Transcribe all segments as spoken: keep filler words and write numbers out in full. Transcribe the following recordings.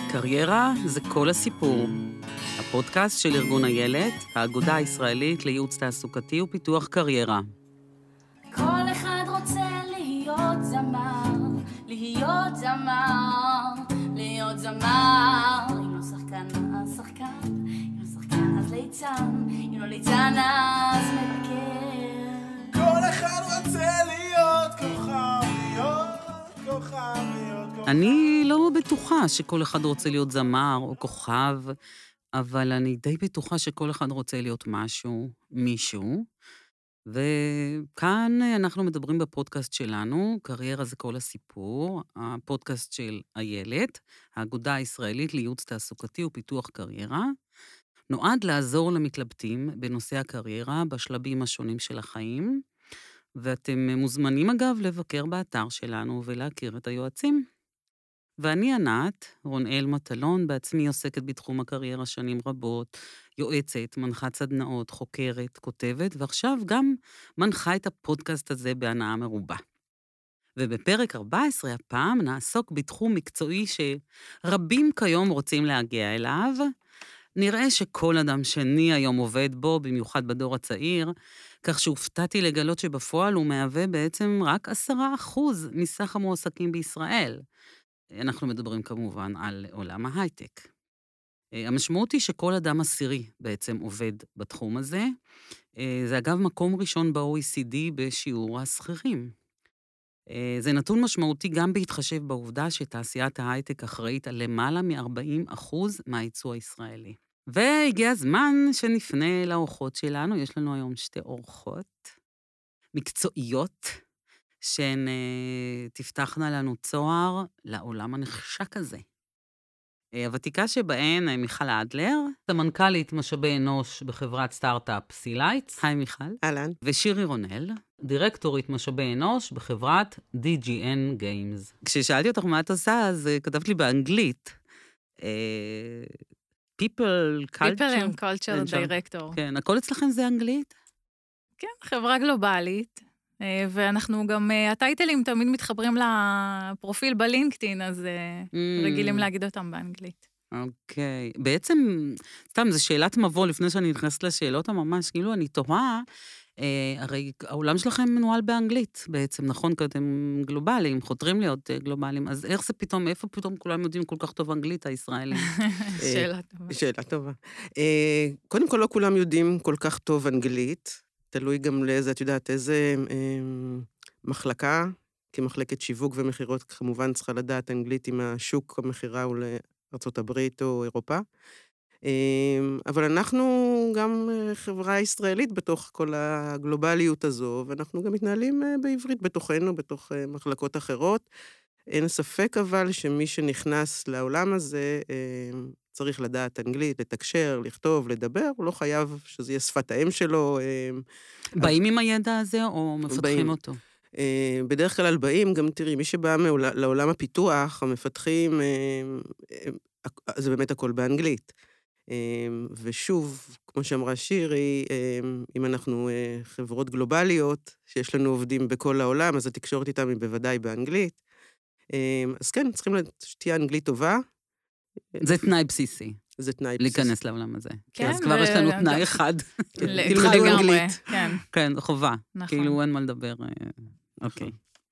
קריירה זה כל הסיפור. הפודקאסט של ארגון איילת, האגודה הישראלית לייעוץ תעסוקתי ופיתוח קריירה. כל אחד רוצה להיות זמר, להיות זמר, להיות זמר. אם לא שחקן, אז שחקן, אם לא שחקן, אז ליצן, אם לא ליצן, אז מבקר. כל אחד רוצה להיות כוכב, להיות כוכב, להיות כוכב. אני לא בטוחה שכל אחד רוצה להיות זמר או כוכב, אבל אני די בטוחה שכל אחד רוצה להיות משהו, מישהו. וכאן אנחנו מדברים בפודקאסט שלנו, קריירה זה כל הסיפור, הפודקאסט של איילת, האגודה הישראלית לייעוץ תעסוקתי ופיתוח קריירה, נועד לעזור למתלבטים בנושא הקריירה בשלבים השונים של החיים, ואתם מוזמנים אגב לבקר באתר שלנו ולהכיר את היועצים. ואני ענת, רונאל מטלון, בעצמי עוסקת בתחום הקריירה שנים רבות, יועצת, מנחת סדנאות, חוקרת, כותבת, ועכשיו גם מנחה את הפודקאסט הזה בהנאה מרובה. ובפרק ארבע עשרה הפעם נעסוק בתחום מקצועי שרבים כיום רוצים להגיע אליו. נראה שכל אדם שני היום עובד בו, במיוחד בדור הצעיר, כך שהופתעתי לגלות שבפועל הוא מהווה בעצם רק עשרה אחוז מסך המועסקים בישראל. אנחנו מדברים כמובן על עולם ההייטק. המשמעות היא שכל אדם עשירי בעצם עובד בתחום הזה. זה אגב מקום ראשון ב-או אי סי די בשיעור השכירים. זה נתון משמעותי גם בהתחשב בעובדה שתעשיית ההייטק אחראית על למעלה מ-ארבעים אחוז מהייצוא הישראלי. והגיע הזמן שנפנה לאורחות שלנו, יש לנו היום שתי אורחות מקצועיות, שהן uh, תפתחנה לנו צוהר לעולם הנחשק הזה. Uh, הוותיקה שבהן, uh, מיכל אדלר, המנכ"לית משאבי אנוש בחברת סטארט-אפ סילייטס. היי מיכל. אהלן. ושירי רונל, דירקטורית משאבי אנוש בחברת די ג'י אן Games. כששאלתי אותך מה את עושה, אז uh, כתבת לי באנגלית. Uh, People Culture. People and Culture Director. כן, הכל אצלכם זה אנגלית? כן, חברה גלובלית. ואנחנו גם, הטייטלים תמיד מתחברים לפרופיל בלינקדאין, אז mm. רגילים להגיד אותם באנגלית. אוקיי. Okay. בעצם, סתם, זו שאלת מבוא, לפני שאני נכנסת לשאלות הממש, כאילו אני תוהה, אה, הרי העולם שלכם מנוהל באנגלית בעצם, נכון? כי אתם גלובליים, חותרים להיות גלובליים, אז איך זה פתאום, איפה פתאום כולם יודעים כל כך טוב אנגלית, הישראלים? שאלה טובה. שאלה טובה. קודם כל, לא כולם יודעים כל כך טוב אנגלית, תלוי גם לאיזה, את יודעת, איזה אה, מחלקה, כמחלקת שיווק ומחירות, כמובן צריכה לדעת אנגלית עם השוק המחירה הוא לארצות הברית או אירופה. אה, אבל אנחנו גם חברה ישראלית בתוך כל הגלובליות הזו, ואנחנו גם מתנהלים אה, בעברית בתוכנו, בתוך אה, מחלקות אחרות. אין ספק אבל שמי שנכנס לעולם הזה, אה, צריך לדעת אנגלית, לתקשר, לכתוב, לדבר, הוא לא חייב שזה יהיה שפת האם שלו. באים עם הידע הזה או מפתחים אותו? בדרך כלל באים, גם תראי, מי שבא לעולם הפיתוח, המפתחים, זה באמת הכל באנגלית. ושוב, כמו שאמרה שירי, אם אנחנו חברות גלובליות, שיש לנו עובדים בכל העולם, אז התקשורת איתם היא בוודאי באנגלית. אז כן, צריכים שתהיה אנגלית טובה, זה תנאי בסיסי. זה תנאי בסיסי. להיכנס לעולם הזה. כן. אז כבר יש לנו תנאי אחד. תלמדו אנגלית. כן. כן, חובה. נכון. כאילו אין מה לדבר. אוקיי.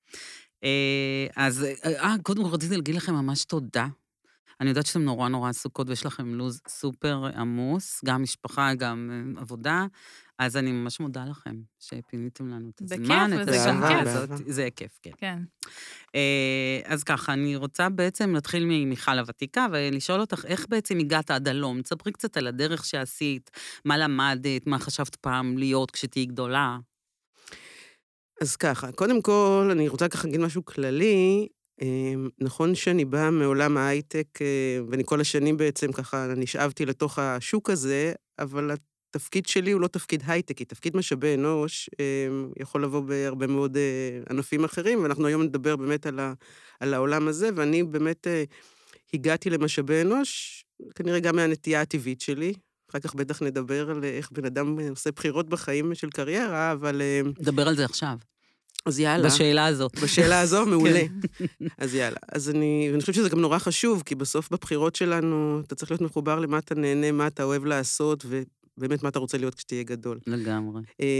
אז קודם כל רציתי להגיד לכם ממש תודה. אני יודעת שאתם נורא נורא עסוקות ויש לכם לוז סופר עמוס, גם משפחה, גם עבודה, אז אני ממש מודה לכם שפיניתם לנו את הזמן, את השעה הזאת. זה כיף, כן. כן. אז ככה, אני רוצה בעצם להתחיל ממיכל הוותיקה, ולשאול אותך איך בעצם הגעת עד הלום. תספרי קצת על הדרך שעשית, מה למדת, מה חשבת פעם להיות כשתהיי גדולה. אז ככה, קודם כל, אני רוצה ככה להגיד משהו כללי, נכון שאני באה מעולם ההייטק, ואני כל השנים בעצם ככה נשאבתי לתוך השוק הזה, אבל התפקיד שלי הוא לא תפקיד הייטקי, תפקיד משאבי אנוש יכול לבוא בהרבה מאוד ענפים אחרים, ואנחנו היום נדבר באמת על, ה, על העולם הזה, ואני באמת הגעתי למשאבי אנוש, כנראה גם מהנטייה הטבעית שלי, אחר כך בטח נדבר על איך בן אדם עושה בחירות בחיים של קריירה, אבל... נדבר על זה עכשיו. אז יאללה. בשאלה הזאת. בשאלה הזו, מעולה. אז יאללה. אז אני, ואני חושבת שזה גם נורא חשוב, כי בסוף בבחירות שלנו, אתה צריך להיות מחובר למה אתה נהנה, מה אתה אוהב לעשות, ובאמת מה אתה רוצה להיות כשתהיה גדול. לגמרי.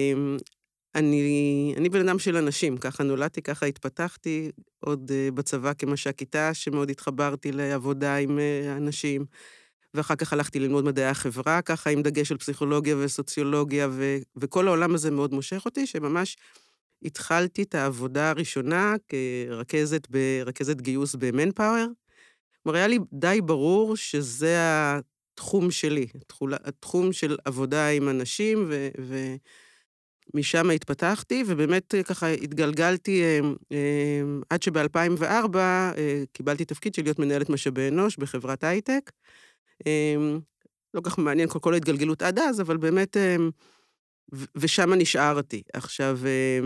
אני, אני בן אדם של אנשים, ככה נולדתי, ככה התפתחתי, עוד בצבא כמש"ק כיתה, שמאוד התחברתי לעבודה עם אנשים, ואחר כך הלכתי ללמוד מדעי החברה, ככה עם דגש של פסיכולוגיה וסוציולוגיה, ו, וכל העולם הזה מאוד מושך אותי, שממש התחלתי את העבודה הראשונה כרכזת ברכזת גיוס במנפאוור. כלומר, היה לי די ברור שזה התחום שלי, התחום של עבודה עם אנשים, ו... ו משם התפתחתי, ובאמת ככה התגלגלתי, עד שב-אלפיים וארבע קיבלתי תפקיד של להיות מנהלת משאבי אנוש בחברת הייטק. לא כך מעניין כל כל ההתגלגלות עד אז, אבל באמת, ושם נשארתי. עכשיו,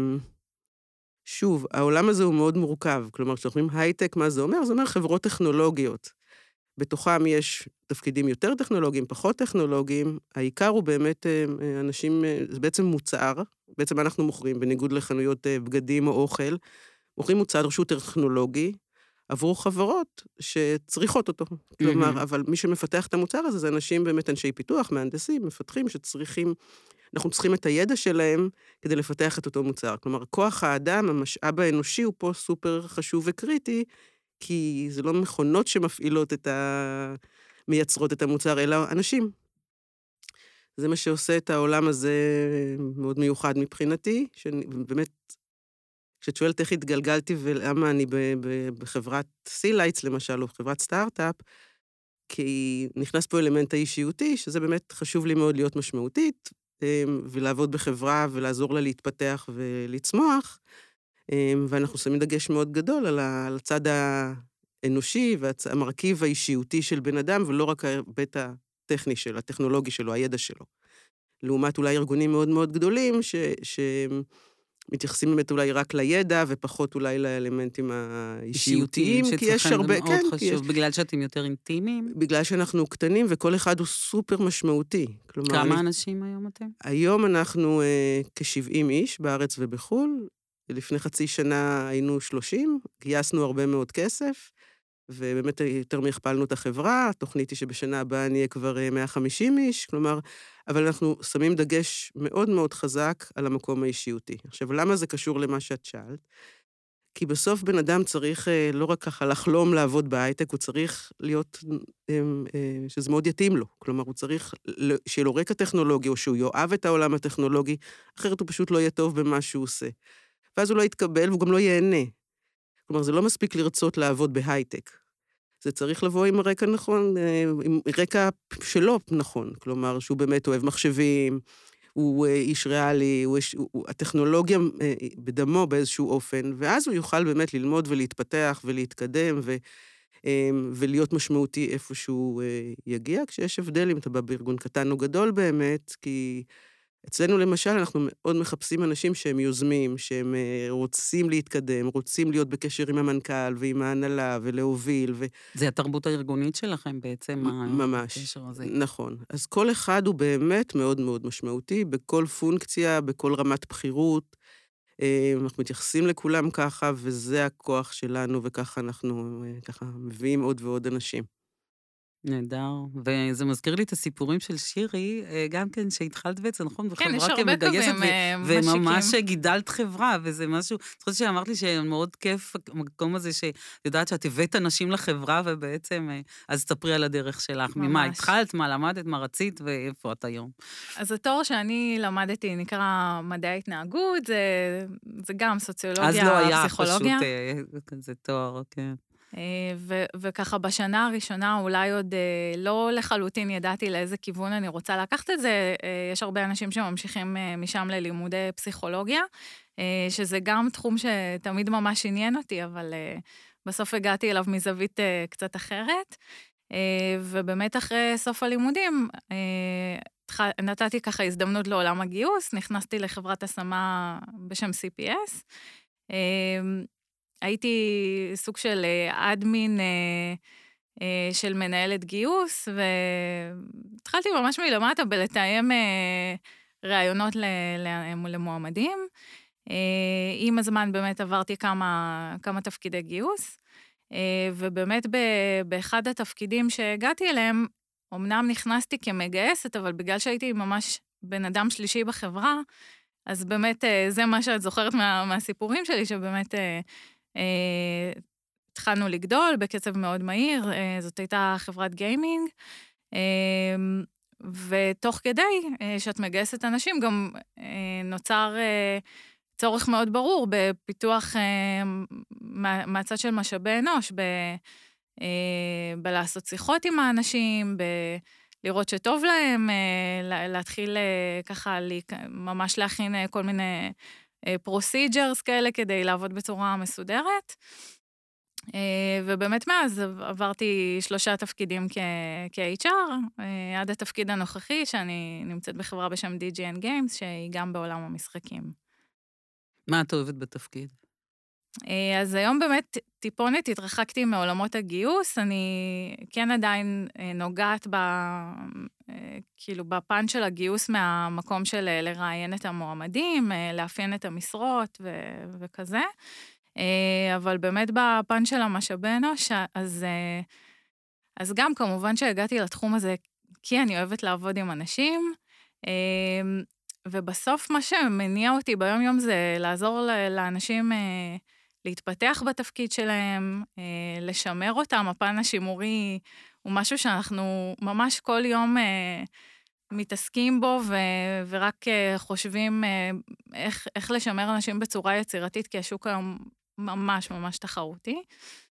שוב, העולם הזה הוא מאוד מורכב, כלומר, כשאנחנו אומרים הייטק, מה זה אומר? זה אומר חברות טכנולוגיות. בתוכם יש תפקידים יותר טכנולוגיים, פחות טכנולוגיים, העיקר הוא באמת אנשים, זה בעצם מוצר, בעצם אנחנו מוכרים, בניגוד לחנויות בגדים או אוכל, מוכרים מוצר שהוא טכנולוגי, עבור חברות שצריכות אותו. כלומר, אבל מי שמפתח את המוצר הזה, זה אנשים באמת אנשי פיתוח, מהנדסים, מפתחים, שצריכים, אנחנו צריכים את הידע שלהם כדי לפתח את אותו מוצר. כלומר, כוח האדם, המשאב האנושי הוא פה סופר חשוב וקריטי, כי זה לא מכונות שמפעילות את ה... מייצרות את המוצר, אלא אנשים. זה מה שעושה את העולם הזה מאוד מיוחד מבחינתי, שבאמת, כשאת שואלת איך התגלגלתי ולמה אני בחברת סילייטס, למשל, או בחברת סטארט-אפ, כי נכנס פה אלמנט האישיותי, שזה באמת חשוב לי מאוד להיות משמעותית, ולעבוד בחברה ולעזור לה להתפתח ולצמוח, ואנחנו שמים דגש מאוד גדול על הצד האנושי והמרכיב האישיותי של בן אדם, ולא רק ההיבט הטכני שלו, הטכנולוגי שלו, הידע שלו. לעומת אולי ארגונים מאוד מאוד גדולים, שמתייחסים באמת אולי רק לידע, ופחות אולי לאלמנטים האישיותיים, כי יש הרבה, כן, חשוב, יש... בגלל שאתם יותר אינטימיים? בגלל שאנחנו קטנים, וכל אחד הוא סופר משמעותי. כלומר, כמה אני... אנשים היום אתם? היום אנחנו uh, כ-שבעים איש בארץ ובחול, לפני חצי שנה היינו שלושים, גייסנו הרבה מאוד כסף, ובאמת יותר מהכפלנו את החברה, התוכנית היא שבשנה הבאה נהיה כבר מאה וחמישים איש, כלומר, אבל אנחנו שמים דגש מאוד מאוד חזק על המקום האישיותי. עכשיו, למה זה קשור למה שאת שאלת? כי בסוף בן אדם צריך לא רק ככה לחלום לעבוד בהייטק, הוא צריך להיות, שזה מאוד יתאים לו. כלומר, הוא צריך שיהיה לו רקע טכנולוגי, או שהוא יאהב את העולם הטכנולוגי, אחרת הוא פשוט לא יהיה טוב במה שהוא עושה. ואז הוא לא יתקבל, והוא גם לא ייהנה. כלומר, זה לא מספיק לרצות לעבוד בהייטק. זה צריך לבוא עם רקע נכון, עם רקע שלו נכון. כלומר, שהוא באמת אוהב מחשבים, הוא איש ריאלי, הוא איש, הוא, הטכנולוגיה בדמו באיזשהו אופן, ואז הוא יוכל באמת ללמוד ולהתפתח ולהתקדם ו, ולהיות משמעותי איפה שהוא יגיע, כשיש הבדל אם אתה בא בארגון קטן או גדול באמת, כי אצלנו למשל אנחנו מאוד מחפשים אנשים שהם יוזמים, שהם רוצים להתקדם, רוצים להיות בקשר עם המנכ"ל ועם ההנהלה ולהוביל. ו... זה התרבות הארגונית שלכם בעצם, ממש, הקשר הזה. נכון. אז כל אחד הוא באמת מאוד מאוד משמעותי, בכל פונקציה, בכל רמת בחירות. אנחנו מתייחסים לכולם ככה, וזה הכוח שלנו, וככה אנחנו ככה מביאים עוד ועוד אנשים. נהדר, וזה מזכיר לי את הסיפורים של שירי, גם כן שהתחלת בעצם, נכון? כן, יש הרבה קווים משיקים. וממש גידלת חברה, וזה משהו, אני חושבת שאמרת לי שמאוד כיף המקום הזה, שיודעת שאת הבאת אנשים לחברה, ובעצם, אז תספרי על הדרך שלך. ממה התחלת, מה למדת, מה רצית, ואיפה את היום? אז התואר שאני למדתי נקרא מדעי ההתנהגות, זה, זה גם סוציולוגיה, פסיכולוגיה. אז לא היה פשוט כזה תואר, כן. ו- וככה בשנה הראשונה אולי עוד לא לחלוטין ידעתי לאיזה כיוון אני רוצה לקחת את זה, יש הרבה אנשים שממשיכים משם ללימודי פסיכולוגיה, שזה גם תחום שתמיד ממש עניין אותי, אבל בסוף הגעתי אליו מזווית קצת אחרת, ובאמת אחרי סוף הלימודים נתתי ככה הזדמנות לעולם הגיוס, נכנסתי לחברת השמה בשם סי פי אס, הייתי סוג של אדמין של מנהלת גיוס, והתחלתי ממש מלמטה בלתאם רעיונות למועמדים, עם הזמן באמת עברתי כמה, כמה תפקידי גיוס, ובאמת באחד התפקידים שהגעתי אליהם, אמנם נכנסתי כמגייסת, אבל בגלל שהייתי ממש בן אדם שלישי בחברה, אז באמת זה מה שאת זוכרת מה, מהסיפורים שלי, שבאמת אה, אה, התחלנו לגדול בקצב מאוד מהיר, אה, זאת הייתה חברת גיימינג, אה, ותוך כדי אה, שאת מגייסת אנשים, גם אה, נוצר אה, צורך מאוד ברור בפיתוח אה, מה, מהצד של משאבי אנוש, ב... בלעשות שיחות עם האנשים, לראות שטוב להם, להתחיל ככה ממש להכין כל מיני procedures כאלה כדי לעבוד בצורה מסודרת. ובאמת מאז עברתי שלושה תפקידים כ-אייץ' אר, עד התפקיד הנוכחי, שאני נמצאת בחברה בשם די ג'י אן Games, שהיא גם בעולם המשחקים. מה את אוהבת בתפקיד? אז היום באמת טיפונת התרחקתי מעולמות הגיוס, אני כן עדיין נוגעת ב, כאילו בפן של הגיוס מהמקום של לראיין את המועמדים, לאפיין את המשרות ו, וכזה, אבל באמת בפן של המשאבי אנוש, אז, אז גם כמובן שהגעתי לתחום הזה, כי אני אוהבת לעבוד עם אנשים, ובסוף מה שמניע אותי ביום יום זה לעזור לאנשים להתפתח בתפקיד שלהם, לשמר אותם. הפן השימורי הוא משהו שאנחנו ממש כל יום מתעסקים בו, ו- ורק חושבים איך, איך לשמר אנשים בצורה יצירתית, כי השוק היום ממש ממש תחרותי.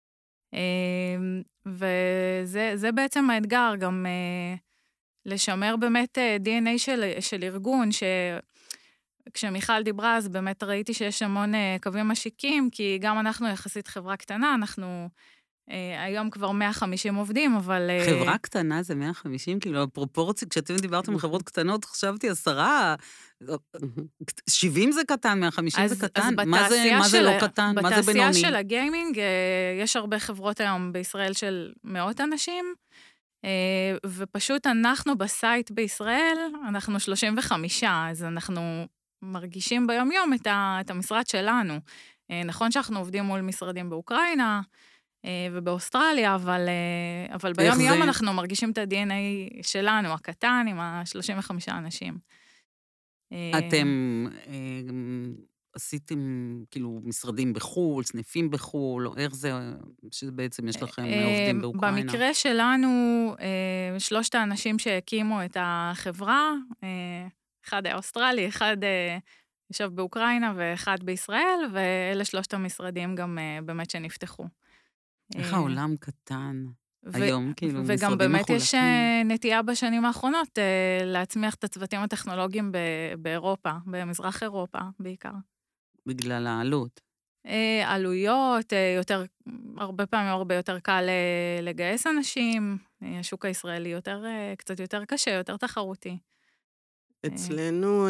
וזה זה בעצם האתגר, גם לשמר באמת די אן איי של, של ארגון, ש... כשמיכל דיברה, אז באמת ראיתי שיש המון קווים משיקים, כי גם אנחנו יחסית חברה קטנה, אנחנו אה, היום כבר מאה וחמישים עובדים, אבל... חברה קטנה זה מאה וחמישים, כאילו, הפרופורציה, כשאתם דיברתם על חברות קטנות, חשבתי עשרה, שבעים זה קטן, מאה וחמישים זה קטן, מה זה, מה זה לא קטן, מה זה בינוני? בתעשייה של הגיימינג, יש הרבה חברות היום בישראל של מאות אנשים, ופשוט אנחנו בסייט בישראל, אנחנו שלושים וחמישה, אז אנחנו מרגישים ביום יום את, ה, את המשרד שלנו. נכון שאנחנו עובדים מול משרדים באוקראינה ובאוסטרליה, אבל, אבל ביום יום זה... אנחנו מרגישים את ה-די אן איי שלנו, הקטן, עם ה-שלושים וחמישה אנשים. אתם עשיתם כאילו משרדים בחול, סניפים בחול, או איך זה שבעצם יש לכם עובדים באוקראינה? במקרה שלנו, שלושת האנשים שהקימו את החברה, אחד היה אוסטרלי, אחד ישב באוקראינה ואחד בישראל, ואלה שלושת המשרדים גם באמת שנפתחו. איך העולם קטן היום, כאילו, משרדים וגם באמת מחולקים. יש נטייה בשנים האחרונות להצמיח את הצוותים הטכנולוגיים באירופה, במזרח אירופה בעיקר. בגלל העלות. עלויות, יותר, הרבה פעמים הרבה יותר קל לגייס אנשים, השוק הישראלי יותר, קצת יותר קשה, יותר תחרותי. אצלנו,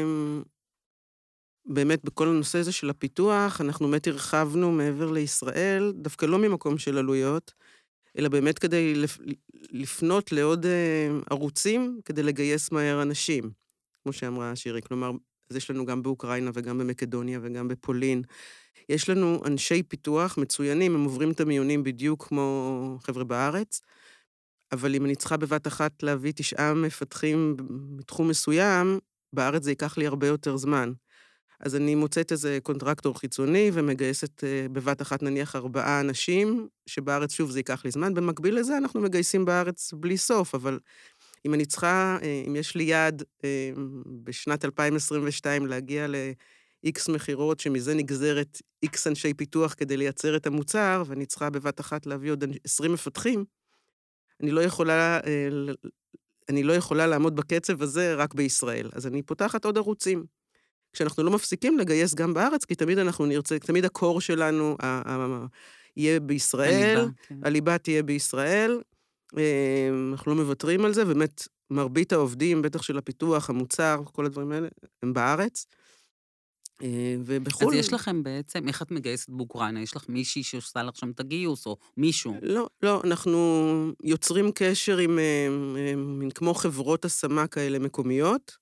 באמת בכל הנושא הזה של הפיתוח, אנחנו באמת הרחבנו מעבר לישראל, דווקא לא ממקום של עלויות, אלא באמת כדי לפנות לעוד ערוצים, כדי לגייס מהר אנשים, כמו שאמרה שירי, כלומר, אז יש לנו גם באוקראינה וגם במקדוניה וגם בפולין. יש לנו אנשי פיתוח מצוינים, הם עוברים את המיונים בדיוק כמו חבר'ה בארץ, אבל אם אני צריכה בבת אחת להביא תשעה מפתחים בתחום מסוים, בארץ זה ייקח לי הרבה יותר זמן. אז אני מוצאת איזה קונטרקטור חיצוני, ומגייסת בבת אחת נניח ארבעה אנשים, שבארץ שוב זה ייקח לי זמן. במקביל לזה אנחנו מגייסים בארץ בלי סוף, אבל אם אני צריכה, אם יש לי יעד בשנת אלפיים עשרים ושתיים להגיע ל-X מחירות, שמזה נגזרת X אנשי פיתוח כדי לייצר את המוצר, ואני צריכה בבת אחת להביא עוד עשרים מפתחים, אני לא יכולה, אני לא יכולה לעמוד בקצב הזה רק בישראל. אז אני פותחת עוד ערוצים. כשאנחנו לא מפסיקים לגייס גם בארץ, כי תמיד אנחנו נרצה, תמיד הקור שלנו יהיה בישראל, הליבה, כן. הליבה תהיה בישראל, אנחנו לא מוותרים על זה, באמת מרבית העובדים, בטח של הפיתוח, המוצר, כל הדברים האלה, הם בארץ. ובחול... אז יש לכם בעצם, איך את מגייסת באוקראינה? יש לך מישהי שעושה לך שם את הגיוס, או מישהו? לא, לא, אנחנו יוצרים קשר עם, עם כמו חברות השמה כאלה מקומיות,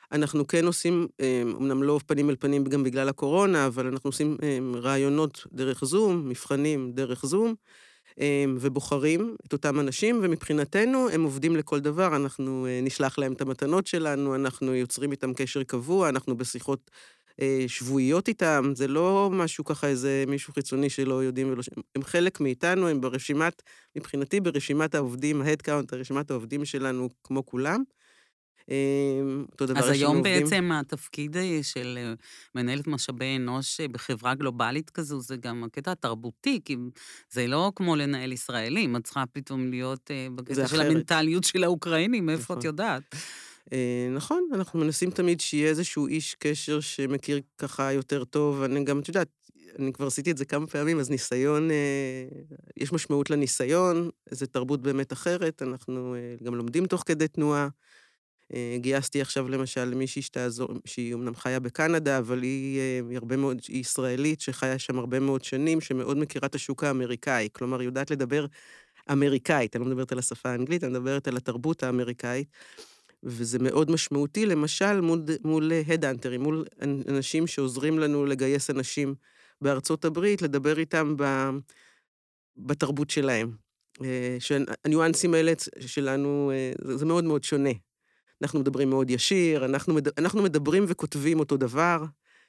אנחנו כן עושים, אמנם לא פנים אל פנים גם בגלל הקורונה, אבל אנחנו עושים רעיונות דרך זום, מבחנים דרך זום, ובוחרים את אותם אנשים, ומבחינתנו הם עובדים לכל דבר, אנחנו נשלח להם את המתנות שלנו, אנחנו יוצרים איתם קשר קבוע, אנחנו בשיחות שבועיות איתם, זה לא משהו ככה איזה מישהו חיצוני שלא יודעים ולא... הם חלק מאיתנו, הם ברשימת, מבחינתי ברשימת העובדים, ה-headcount, הרשימת העובדים שלנו כמו כולם. אותו דבר אז היום עובדים... בעצם התפקיד של מנהלת משאבי אנוש בחברה גלובלית כזו, זה גם הקטע התרבותי, כי זה לא כמו לנהל ישראלים, את צריכה פתאום להיות בקטע של המנטליות של האוקראינים, איפה את יודעת? נכון, אנחנו מנסים תמיד שיהיה איזשהו איש קשר שמכיר ככה יותר טוב, אני גם, את יודעת, אני כבר עשיתי את זה כמה פעמים, אז ניסיון, יש משמעות לניסיון, זו תרבות באמת אחרת, אנחנו גם לומדים תוך כדי תנועה, גייסתי עכשיו למשל מישהי שתעזור, שהיא אמנם חיה בקנדה, אבל היא, היא הרבה מאוד, היא ישראלית שחיה שם הרבה מאוד שנים, שמאוד מכירה את השוק האמריקאי, כלומר, יודעת לדבר אמריקאית, אני לא מדברת על השפה האנגלית, אני מדברת על התרבות האמריקאית, וזה מאוד משמעותי, למשל, מול, מול הדאנטרים, מול אנשים שעוזרים לנו לגייס אנשים בארצות הברית, לדבר איתם ב, בתרבות שלהם. שהניואנסים האלה שלנו, זה מאוד מאוד שונה. אנחנו מדברים מאוד ישיר, אנחנו, מד... אנחנו מדברים וכותבים אותו דבר,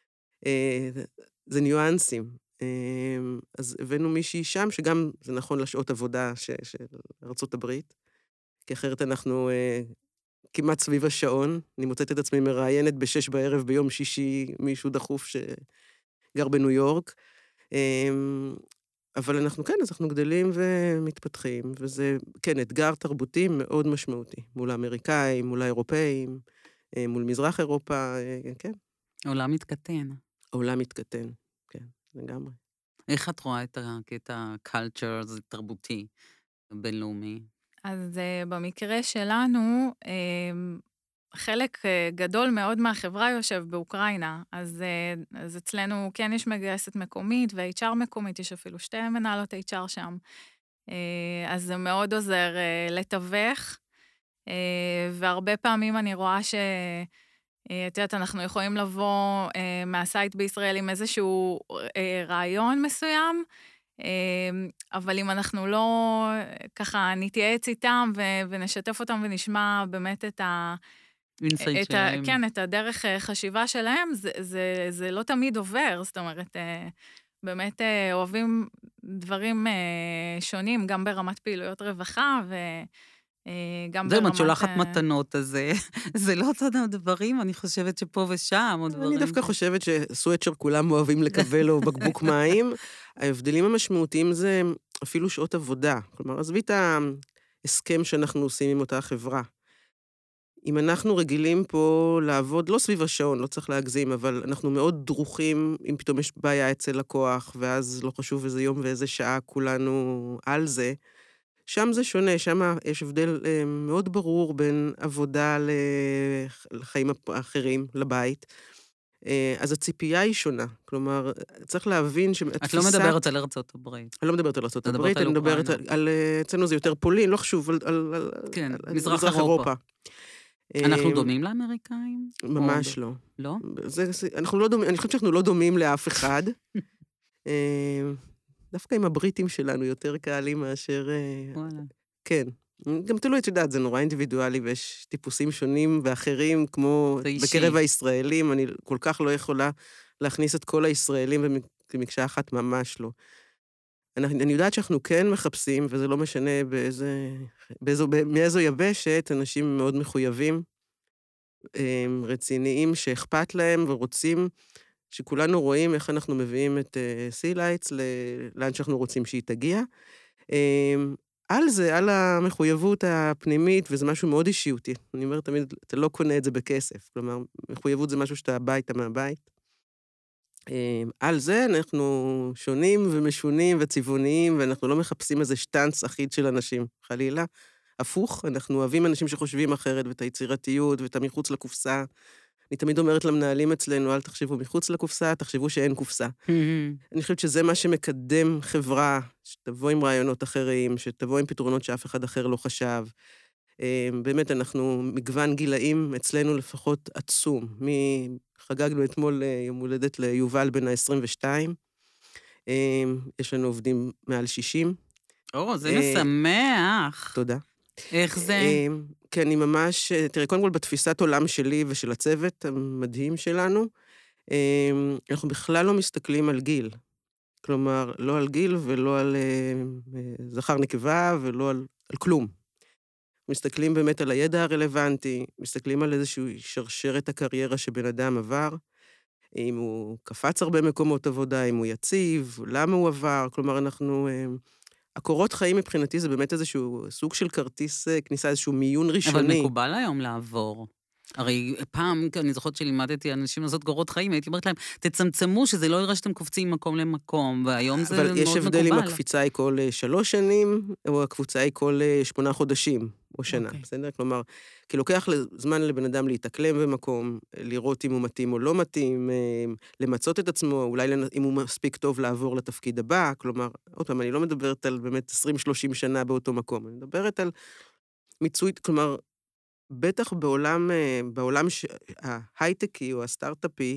זה ניואנסים. אז הבאנו מישהי שם, שגם זה נכון לשעות עבודה ש... של ארצות הברית, כי אחרת אנחנו... כמעט סביב השעון, אני מוצאת את עצמי מראיינת בשש בערב ביום שישי מישהו דחוף שגר בניו יורק, אבל אנחנו כן, אז אנחנו גדלים ומתפתחים, וזה כן, אתגר תרבותי מאוד משמעותי, מול האמריקאים, מול האירופאים, מול מזרח אירופה, כן. העולם מתקטן. העולם מתקטן, כן, לגמרי. איך את רואה את הקטע culture, זה תרבותי, בינלאומי? אז uh, במקרה שלנו, uh, חלק uh, גדול מאוד מהחברה יושב באוקראינה, אז, uh, אז אצלנו כן יש מגייסת מקומית ו-אייץ' אר מקומית, יש אפילו שתי מנהלות אייץ' אר שם, uh, אז זה מאוד עוזר uh, לתווך, uh, והרבה פעמים אני רואה ש... את יודעת, אנחנו יכולים לבוא uh, מהסייט בישראל עם איזשהו uh, רעיון מסוים, אבל אם אנחנו לא ככה נתייעץ איתם ונשתף אותם ונשמע באמת את ה... את ה כן, את הדרך חשיבה שלהם, זה, זה, זה לא תמיד עובר, זאת אומרת, באמת אוהבים דברים שונים, גם ברמת פעילויות רווחה ו... גם ברמת... זה, אם את שולחת מתנות, אז זה לא אותו דברים, אני חושבת שפה ושם, אני דווקא חושבת שסוויצ'ר כולם אוהבים לקבל או בקבוק מים. ההבדלים המשמעותיים זה אפילו שעות עבודה. כלומר, עזבי את ההסכם שאנחנו עושים עם אותה חברה. אם אנחנו רגילים פה לעבוד, לא סביב השעון, לא צריך להגזים, אבל אנחנו מאוד דרוכים, אם פתאום יש בעיה אצל לקוח, ואז לא חשוב איזה יום ואיזה שעה כולנו על זה, שם זה שונה, שם יש הבדל מאוד ברור בין עבודה לחיים אחרים, לבית. אז הציפייה היא שונה. כלומר, צריך להבין שהתפיסה... את לא מדברת על ארצות הברית. אני לא מדברת על ארצות הברית, אני מדברת על... אצלנו זה יותר פולין, לא חשוב, על מזרח אירופה. אנחנו דומים לאמריקאים? ממש לא. לא? אנחנו לא דומים, אני חושבת שאנחנו לא דומים לאף אחד. דווקא עם הבריטים שלנו יותר קהלים מאשר... וואלה. כן. גם תלוי, את יודעת, זה נורא אינדיבידואלי, ויש טיפוסים שונים ואחרים, כמו בקרב הישראלים, אני כל כך לא יכולה להכניס את כל הישראלים במקשה אחת, ממש לא. אני, אני יודעת שאנחנו כן מחפשים, וזה לא משנה באיזה, באיזו, מאיזו יבשת, אנשים מאוד מחויבים, רציניים, שאכפת להם ורוצים... שכולנו רואים איך אנחנו מביאים את סי-לייטס לאן שאנחנו רוצים שהיא תגיע. על זה, על המחויבות הפנימית, וזה משהו מאוד אישיותי. אני אומרת תמיד, אתה לא קונה את זה בכסף. כלומר, מחויבות זה משהו שאתה הביתה מהבית. על זה אנחנו שונים ומשונים וצבעוניים, ואנחנו לא מחפשים איזה שטנץ אחיד של אנשים, חלילה. הפוך, אנחנו אוהבים אנשים שחושבים אחרת, ואת היצירתיות, ואת המחוץ לקופסה. אני תמיד אומרת למנהלים אצלנו, אל תחשבו מחוץ לקופסה, תחשבו שאין קופסה. אני חושבת שזה מה שמקדם חברה, שתבוא עם רעיונות אחרים, שתבוא עם פתרונות שאף אחד אחר לא חשב. באמת, אנחנו מגוון גילאים, אצלנו לפחות עצום. חגגנו אתמול יום הולדת ליובל בן ה-עשרים ושתיים. יש לנו עובדים מעל שישים. או, זה משמח. תודה. איך זה? כי אני ממש, תראה, קודם כל בתפיסת עולם שלי ושל הצוות המדהים שלנו, אנחנו בכלל לא מסתכלים על גיל. כלומר, לא על גיל ולא על זכר נקבה ולא על, על כלום. מסתכלים באמת על הידע הרלוונטי, מסתכלים על איזושהי שרשרת הקריירה שבן אדם עבר, אם הוא קפץ הרבה מקומות עבודה, אם הוא יציב, למה הוא עבר, כלומר אנחנו... הקורות חיים מבחינתי זה באמת איזשהו סוג של כרטיס כניסה, איזשהו מיון ראשוני. אבל מקובל היום לעבור. הרי פעם, אני זוכרת שלימדתי אנשים לעשות קורות חיים, הייתי אומרת להם, תצמצמו שזה לא יראה שאתם קופצים מקום למקום, והיום זה מאוד מקובל. אבל יש הבדל אם הקפיצה היא כל שלוש שנים, או הקבוצה היא כל שמונה חודשים, או שנה, okay. בסדר? כלומר, כי לוקח זמן לבן אדם להתאקלם במקום, לראות אם הוא מתאים או לא מתאים, למצות את עצמו, אולי אם הוא מספיק טוב לעבור לתפקיד הבא, כלומר, עוד פעם, אני לא מדברת על באמת עשרים שלושים שנה באותו מקום, אני מדברת על מיצוי, כלומר, בטח בעולם, בעולם ההייטקי או הסטארט-אפי,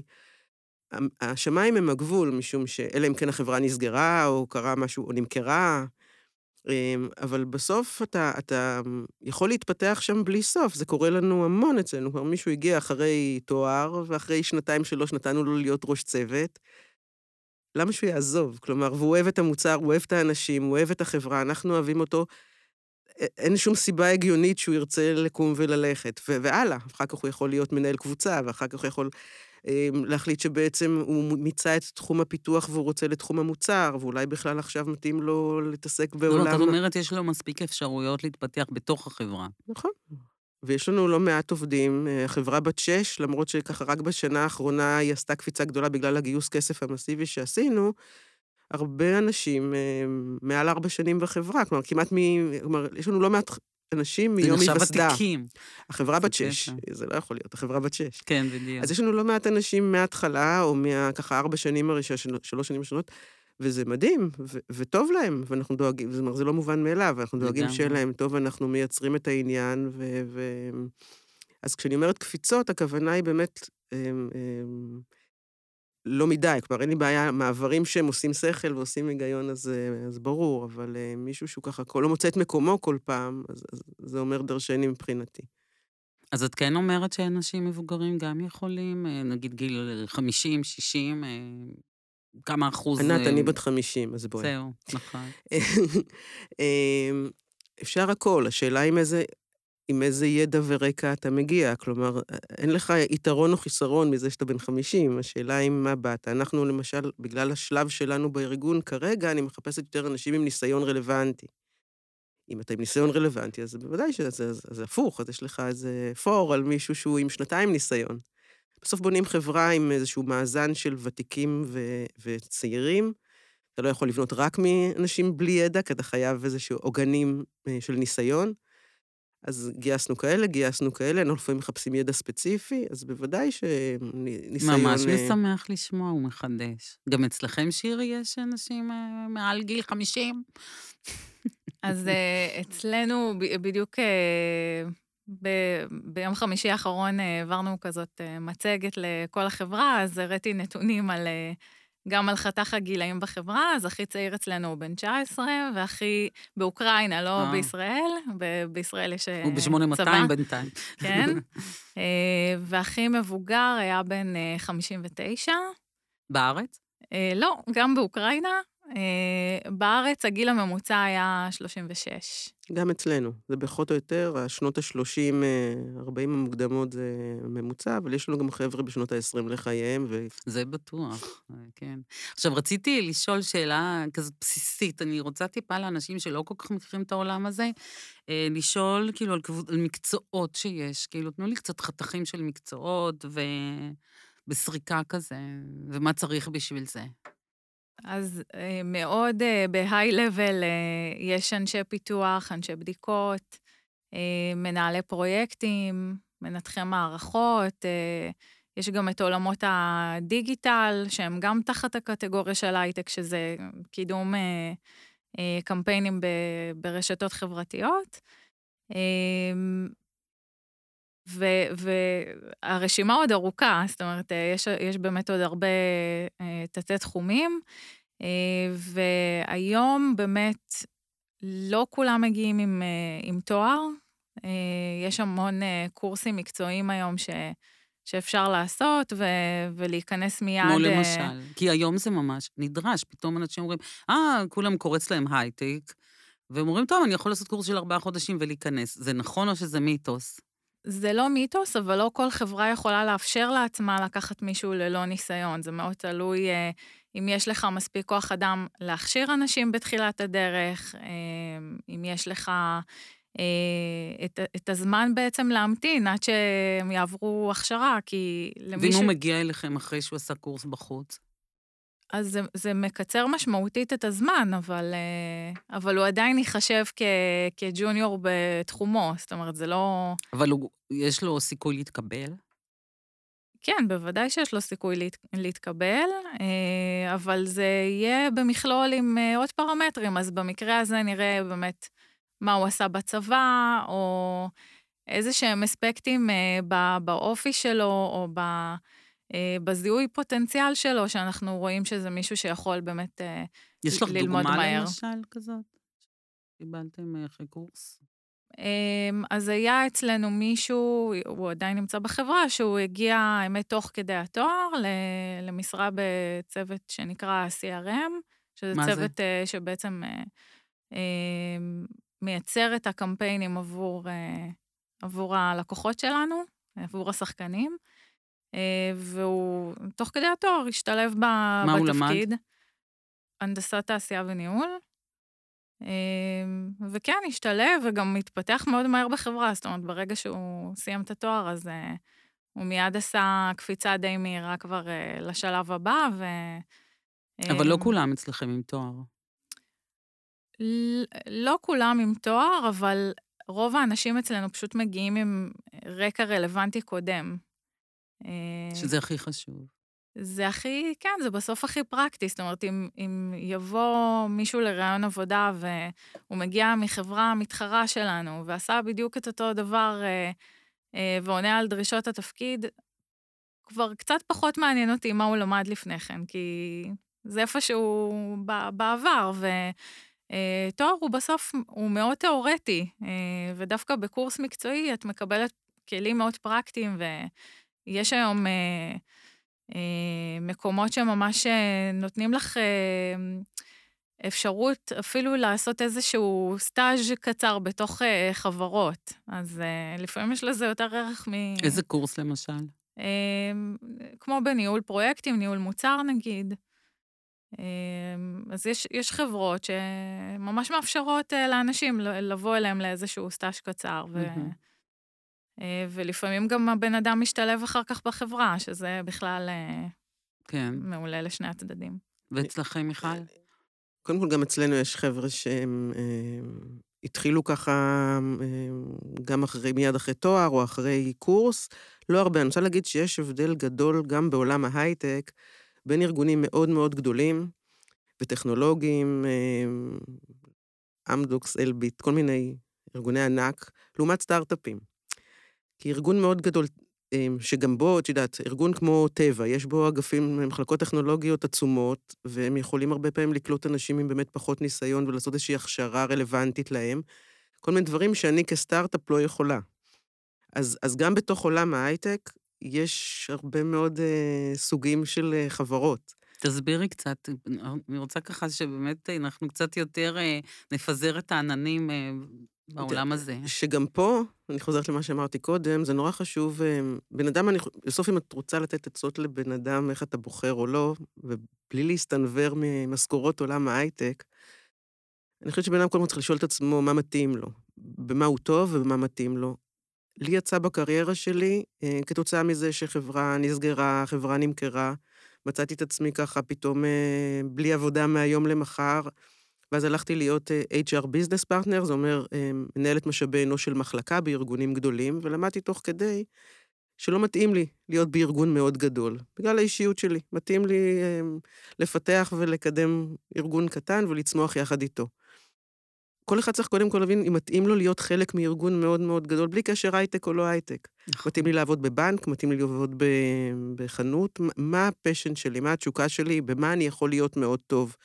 השמיים הם הגבול, משום שאלה אם כן החברה נסגרה, או קרה משהו, או נמכרה, אבל בסוף אתה, אתה יכול להתפתח שם בלי סוף, זה קורה לנו המון אצלנו, כבר מישהו הגיע אחרי תואר, ואחרי שנתיים שלוש נתנו לו להיות ראש צוות, למה שהוא יעזוב? כלומר, והוא אוהב את המוצר, הוא אוהב את האנשים, הוא אוהב את החברה, אנחנו אוהבים אותו, אין שום סיבה הגיונית שהוא ירצה לקום וללכת, והלאה, אחר כך הוא יכול להיות מנהל קבוצה, ואחר כך הוא יכול להחליט שבעצם הוא מיצה את תחום הפיתוח, והוא רוצה לתחום המוצר, ואולי בכלל עכשיו מתאים לו להתעסק בעולם. זאת אומרת, יש לו מספיק אפשרויות להתפתח בתוך החברה. נכון. ויש לנו לא מעט עובדים, חברה בת שש, למרות שככה רק בשנה האחרונה היא עשתה קפיצה גדולה בגלל הגיוס כסף המסיבי שעשינו, הרבה אנשים מעל ארבע שנים בחברה, כלומר, כמעט מ... כלומר, יש לנו לא מעט אנשים מיום היווסדה. זה נחשב עתיקים. החברה בת שש, זה לא יכול להיות, החברה בת שש. כן, בדיוק. אז יש לנו לא מעט אנשים מההתחלה, או מככה ארבע שנים הראשונות, שלוש שנים ראשונות, וזה מדהים, ו- וטוב להם, ואנחנו דואגים, זאת אומרת, זה לא מובן מאליו, אנחנו דואגים שיהיה להם טוב, אנחנו מייצרים את העניין, ו... ו... אז כשאני אומרת קפיצות, הכוונה היא באמת... לא מדי, כבר אין לי בעיה, מעברים שהם עושים שכל ועושים היגיון, אז, אז ברור, אבל uh, מישהו שהוא ככה לא מוצא את מקומו כל פעם, אז, אז זה אומר דרשני מבחינתי. אז את כן אומרת שאנשים מבוגרים גם יכולים, נגיד גיל חמישים, שישים, כמה אחוז... ענת, אני בת חמישים, אז בואי. זהו, נכון. אפשר הכל, השאלה עם איזה... עם איזה ידע ורקע אתה מגיע, כלומר, אין לך יתרון או חיסרון מזה שאתה בן חמישים, השאלה היא מה באת. אנחנו למשל, בגלל השלב שלנו בארגון כרגע, אני מחפשת יותר אנשים עם ניסיון רלוונטי. אם אתה עם ניסיון רלוונטי, אז בוודאי שזה זה, זה הפוך, אז יש לך איזה פור על מישהו שהוא עם שנתיים ניסיון. בסוף בונים חברה עם איזשהו מאזן של ותיקים ו- וצעירים, אתה לא יכול לבנות רק מאנשים בלי ידע, כי אתה חייב איזשהו עוגנים של ניסיון, אז גייסנו כאלה, גייסנו כאלה, אנחנו לפעמים מחפשים ידע ספציפי, אז בוודאי שניסיון... ממש משמח לשמוע, הוא מחדש. גם אצלכם, שירי, יש אנשים מעל גיל חמישים? אז אצלנו בדיוק ב- ביום חמישי האחרון העברנו כזאת מצגת לכל החברה, אז הראיתי נתונים על... גם על חתך הגילאים בחברה, אז הכי צעיר אצלנו הוא בן תשע עשרה, והכי באוקראינה, לא בישראל, ב- בישראל יש צבא. הוא ב-שמונה מאות בינתיים. כן, והכי מבוגר היה בן חמישים ותשע. בארץ? לא, גם באוקראינה. בארץ הגיל הממוצע היה שלושים ושש. גם אצלנו, זה פחות או יותר, השנות ה-שלושים, ארבעים המוקדמות זה ממוצע, אבל יש לנו גם חבר'ה בשנות ה-עשרים לחייהם. ו... זה בטוח, כן. עכשיו, רציתי לשאול שאלה כזאת בסיסית, אני רוצה טיפה לאנשים שלא כל כך מכירים את העולם הזה, לשאול כאילו על, על מקצועות שיש, כאילו תנו לי קצת חתכים של מקצועות ובסריקה כזה, ומה צריך בשביל זה. אז מאוד בהיי-לבל יש אנשי פיתוח, אנשי בדיקות, מנהלי פרויקטים, מנתחי מערכות, יש גם את עולמות הדיגיטל, שהם גם תחת הקטגוריה של הייטק, שזה קידום קמפיינים ברשתות חברתיות, והרשימה עוד ארוכה, זאת אומרת, יש, יש באמת עוד הרבה תתי תחומים, והיום באמת לא כולם מגיעים עם, עם תואר, יש המון קורסים מקצועיים היום ש, שאפשר לעשות ו, ולהיכנס מיד. כמו למשל, כי היום זה ממש נדרש, פתאום אנשים אומרים, אה, כולם קורץ להם הייטק, והם אומרים, טוב, אני יכול לעשות קורס של ארבעה חודשים ולהיכנס. זה נכון או שזה מיתוס? זה לא מיתוס, אבל לא כל חברה יכולה לאפשר לעצמה לקחת מישהו ללא ניסיון. זה מאוד תלוי אה, אם יש לך מספיק כוח אדם להכשיר אנשים בתחילת הדרך, אה, אם יש לך אה, את, את הזמן בעצם להמתין עד שהם יעברו הכשרה, כי למי ואם ש... הוא מגיע אליכם אחרי שהוא עשה קורס בחוץ? אז זה, זה מקצר משמעותית את הזמן, אבל, אבל הוא עדיין ייחשב כ, כג'וניור בתחומו, זאת אומרת, זה לא... אבל הוא, יש לו סיכוי להתקבל? כן, בוודאי שיש לו סיכוי להת, להתקבל, אבל זה יהיה במכלול עם עוד פרמטרים, אז במקרה הזה נראה באמת מה הוא עשה בצבא, או איזה שהם אספקטים באופי שלו, או ב... בזיהוי פוטנציאל שלו, שאנחנו רואים שזה מישהו שיכול באמת ללמוד מהר. יש לך דוגמה למשל כזאת? קיבלתם אחרי קורס? אז היה אצלנו מישהו, הוא עדיין נמצא בחברה, שהוא הגיע, האמת, תוך כדי התואר, למשרה בצוות שנקרא סי אר אם, שזה צוות שבעצם מייצר את הקמפיינים עבור, עבור הלקוחות שלנו, עבור השחקנים. והוא, תוך כדי התואר, השתלב בתפקיד. מה הוא למד? הנדסת תעשייה וניהול. וכן, השתלב וגם התפתח מאוד מהר בחברה, זאת אומרת, ברגע שהוא סיים את התואר, אז הוא מיד עשה קפיצה די מהירה כבר לשלב הבא, ו... אבל לא כולם אצלכם עם תואר. לא כולם עם תואר, אבל רוב האנשים אצלנו פשוט מגיעים עם רקע רלוונטי קודם. שזה הכי חשוב. זה הכי, כן, זה בסוף הכי פרקטי. זאת אומרת, אם, אם יבוא מישהו לרעיון עבודה והוא מגיע מחברה המתחרה שלנו ועשה בדיוק את אותו דבר ועונה על דרישות התפקיד, כבר קצת פחות מעניין אותי מה הוא למד לפני כן, כי זה איפשהו בעבר, ותואר הוא בסוף, הוא מאוד תיאורטי, ודווקא בקורס מקצועי את מקבלת כלים מאוד פרקטיים, ויש היום מקומות שממש נותנים לך אפשרות אפילו לעשות איזשהו סטאז' קצר בתוך חברות. אז לפעמים יש לזה יותר ערך מ... איזה קורס למשל? כמו בניהול פרויקטים, ניהול מוצר נגיד. אז יש, יש חברות שממש מאפשרות לאנשים לבוא אליהם לאיזשהו סטאז' קצר, ו... ולפעמים גם הבן אדם משתלב אחר כך בחברה, שזה בכלל כן. מעולה לשני הצדדים. ואצלכם, מיכל? קודם כל, גם אצלנו יש חבר'ה שהם התחילו ככה, גם אחרי, מיד אחרי תואר או אחרי קורס, לא הרבה. אני רוצה להגיד שיש הבדל גדול גם בעולם ההייטק, בין ארגונים מאוד מאוד גדולים וטכנולוגיים, אמדוקס, אלביט, כל מיני ארגוני ענק, לעומת סטארט-אפים. כי ארגון מאוד גדול, שגם בו, את יודעת, ארגון כמו טבע, יש בו אגפים, מחלקות טכנולוגיות עצומות, והם יכולים הרבה פעמים לקלוט אנשים עם באמת פחות ניסיון, ולעשות איזושהי הכשרה רלוונטית להם, כל מיני דברים שאני כסטארט-אפ לא יכולה. אז, אז גם בתוך עולם ההייטק, יש הרבה מאוד uh, סוגים של uh, חברות. תסבירי קצת, אני רוצה ככה שבאמת אנחנו קצת יותר uh, נפזר את העננים uh, בעולם הזה. שגם פה, אני חוזרת למה שאמרתי קודם, זה נורא חשוב, בן אדם, אני, בסוף אם את רוצה לתת עצות לבן אדם, איך אתה בוחר או לא, ובלי להסתנבר ממשכורות עולם ההייטק, אני חושבת שבן אדם כל הזמן צריך לשאול את עצמו מה מתאים לו, במה הוא טוב ובמה מתאים לו. לי יצא בקריירה שלי, כתוצאה מזה שחברה נסגרה, חברה נמכרה, מצאתי את עצמי ככה פתאום בלי עבודה מהיום למחר, ואז הלכתי להיות אייץ' אר Business Partner, זה אומר, מנהלת משאבי אנוש של מחלקה בארגונים גדולים, ולמדתי תוך כדי שלא מתאים לי להיות בארגון מאוד גדול, בגלל האישיות שלי. מתאים לי לפתח ולקדם ארגון קטן ולצמוח יחד איתו. כל אחד צריך קודם כל להבין אם מתאים לו להיות חלק מארגון מאוד מאוד גדול, בלי קשר הייטק או לא הייטק. מתאים לי לעבוד בבנק, מתאים לי לעבוד בחנות, מה הפשן שלי, מה התשוקה שלי, במה אני יכול להיות מאוד טוב.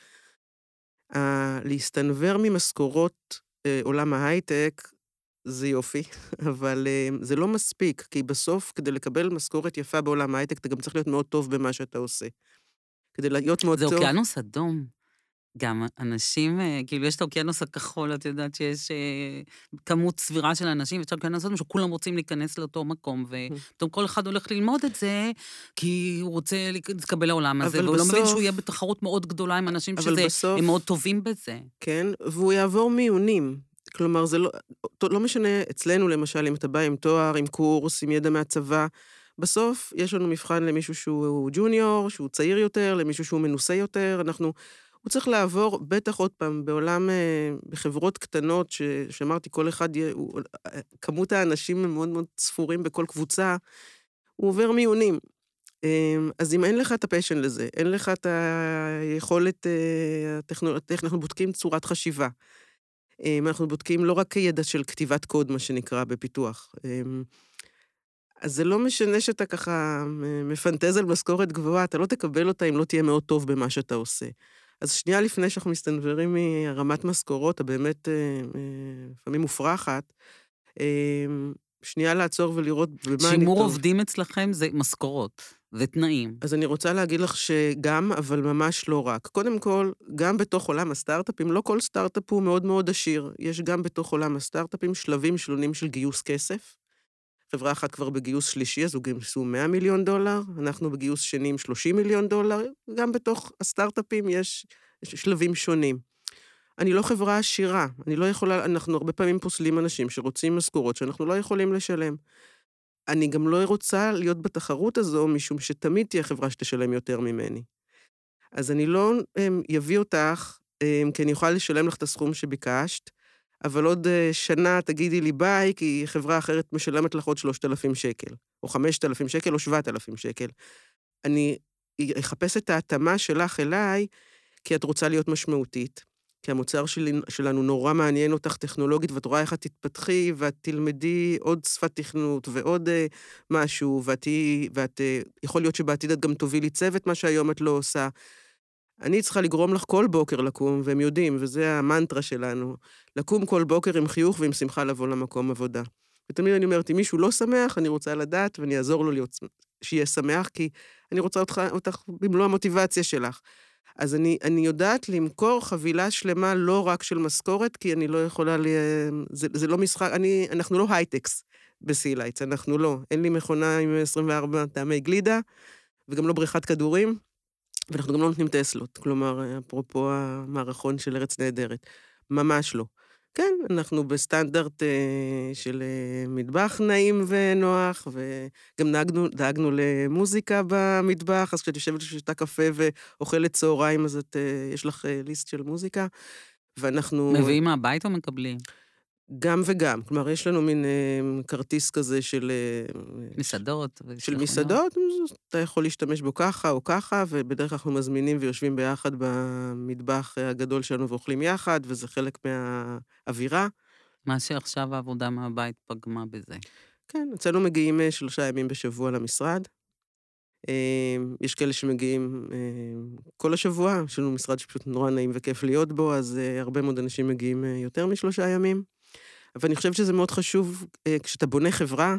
להסתנבר ממשכורות עולם ההייטק, זה יופי, אבל זה לא מספיק, כי בסוף, כדי לקבל משכורת יפה בעולם ההייטק, אתה גם צריך להיות מאוד טוב במה שאתה עושה. כדי להיות מאוד טוב... זה אוקיינוס אדום. גם אנשים, כאילו יש את האוקיינוס הכחול, את יודעת שיש כמות סבירה של אנשים, ויש האוקיינוס אדום שכולם רוצים להיכנס לאותו מקום, ופתאום כל אחד הולך ללמוד את זה, כי הוא רוצה לקבל לעולם הזה, והוא לא מבין שהוא יהיה בתחרות מאוד גדולה עם אנשים שהם מאוד טובים בזה. כן, והוא יעבור מיונים. כלומר, זה לא, לא משנה אצלנו, למשל, אם אתה בא עם תואר, עם קורס, עם ידע מהצבא, בסוף יש לנו מבחן למישהו שהוא ג'וניור, שהוא צעיר יותר, למישהו שהוא מנוסה יותר, אנחנו... הוא צריך לעבור, בטח עוד פעם, בעולם, בחברות קטנות, שאמרתי, כל אחד, הוא, כמות האנשים הם מאוד מאוד ספורים בכל קבוצה, הוא עובר מיונים. אז אם אין לך את הפשן לזה, אין לך את היכולת, הטכנולוגיה, אנחנו בודקים צורת חשיבה. אנחנו בודקים לא רק ידע של כתיבת קוד, מה שנקרא, בפיתוח. אז זה לא משנה שאתה ככה מפנטז על משכורת גבוהה, אתה לא תקבל אותה אם לא תהיה מאוד טוב במה שאתה עושה. אז שנייה לפני שאנחנו מסתנברים מרמת משכורות, הבאמת לפעמים מופרחת, שנייה לעצור ולראות במה אני טוב. שימור עובדים אצלכם זה משכורות ותנאים. אז אני רוצה להגיד לך שגם, אבל ממש לא רק. קודם כל, גם בתוך עולם הסטארט-אפים, לא כל סטארט-אפ הוא מאוד מאוד עשיר. יש גם בתוך עולם הסטארט-אפים שלבים שלונים של גיוס כסף. חברה אחת כבר בגיוס שלישי, אז הוא גייסו מאה מיליון דולר, אנחנו בגיוס שני עם שלושים מיליון דולר, גם בתוך הסטארט-אפים יש שלבים שונים. אני לא חברה עשירה, אני לא יכולה, אנחנו הרבה פעמים פוסלים אנשים שרוצים משכורות שאנחנו לא יכולים לשלם. אני גם לא רוצה להיות בתחרות הזו, משום שתמיד תהיה חברה שתשלם יותר ממני. אז אני לא יביא אותך, כי אני יכולה לשלם לך את הסכום שביקשת, אבל עוד שנה תגידי לי ביי, כי חברה אחרת משלמת לך עוד שלושת אלפים שקל, או חמשת אלפים שקל, או שבעת אלפים שקל. אני אחפש את ההתאמה שלך אליי, כי את רוצה להיות משמעותית, כי המוצר שלי, שלנו נורא מעניין אותך טכנולוגית, ואת רואה איך את תתפתחי, ואת תלמדי עוד שפת תכנות, ועוד uh, משהו, ואת, ואת uh, יכול להיות שבעתיד את גם תובילי צוות, מה שהיום את לא עושה. אני צריכה לגרום לך כל בוקר לקום, והם יודעים, וזה המנטרה שלנו, לקום כל בוקר עם חיוך ועם שמחה לבוא למקום עבודה. ותמיד אני אומרת, אם מישהו לא שמח, אני רוצה לדעת, ואני אעזור לו להיות, שיהיה שמח, כי אני רוצה אותך, אותך במלוא המוטיבציה שלך. אז אני, אני יודעת למכור חבילה שלמה לא רק של משכורת, כי אני לא יכולה, לי, זה, זה לא משחק, אני, אנחנו לא הייטקס בסילייטס, אנחנו לא. אין לי מכונה עם עשרים וארבע טעמי גלידה, וגם לא בריכת כדורים, ואנחנו גם לא נותנים טסלות, כלומר, אפרופו המערכון של ארץ נהדרת. ממש לא. כן, אנחנו בסטנדרט אה, של אה, מטבח נעים ונוח, וגם דאגנו, דאגנו למוזיקה במטבח, אז כשאת יושבת לשתה קפה ואוכלת צהריים, אז את, אה, יש לך אה, ליסט של מוזיקה, ואנחנו... מביאים מהבית או מקבלים? גם וגם. כלומר, יש לנו מין אה, כרטיס כזה של... אה, מסעדות. של מסעדות, אתה יכול להשתמש בו ככה או ככה, ובדרך כלל אנחנו מזמינים ויושבים ביחד במטבח הגדול שלנו ואוכלים יחד, וזה חלק מהאווירה. מה שעכשיו העבודה מהבית פגמה בזה. כן, אצלנו מגיעים שלושה ימים בשבוע למשרד. יש כאלה שמגיעים כל השבוע, יש לנו משרד שפשוט נורא נעים וכיף להיות בו, אז הרבה מאוד אנשים מגיעים יותר משלושה ימים. אבל אני חושבת שזה מאוד חשוב, כשאתה בונה חברה,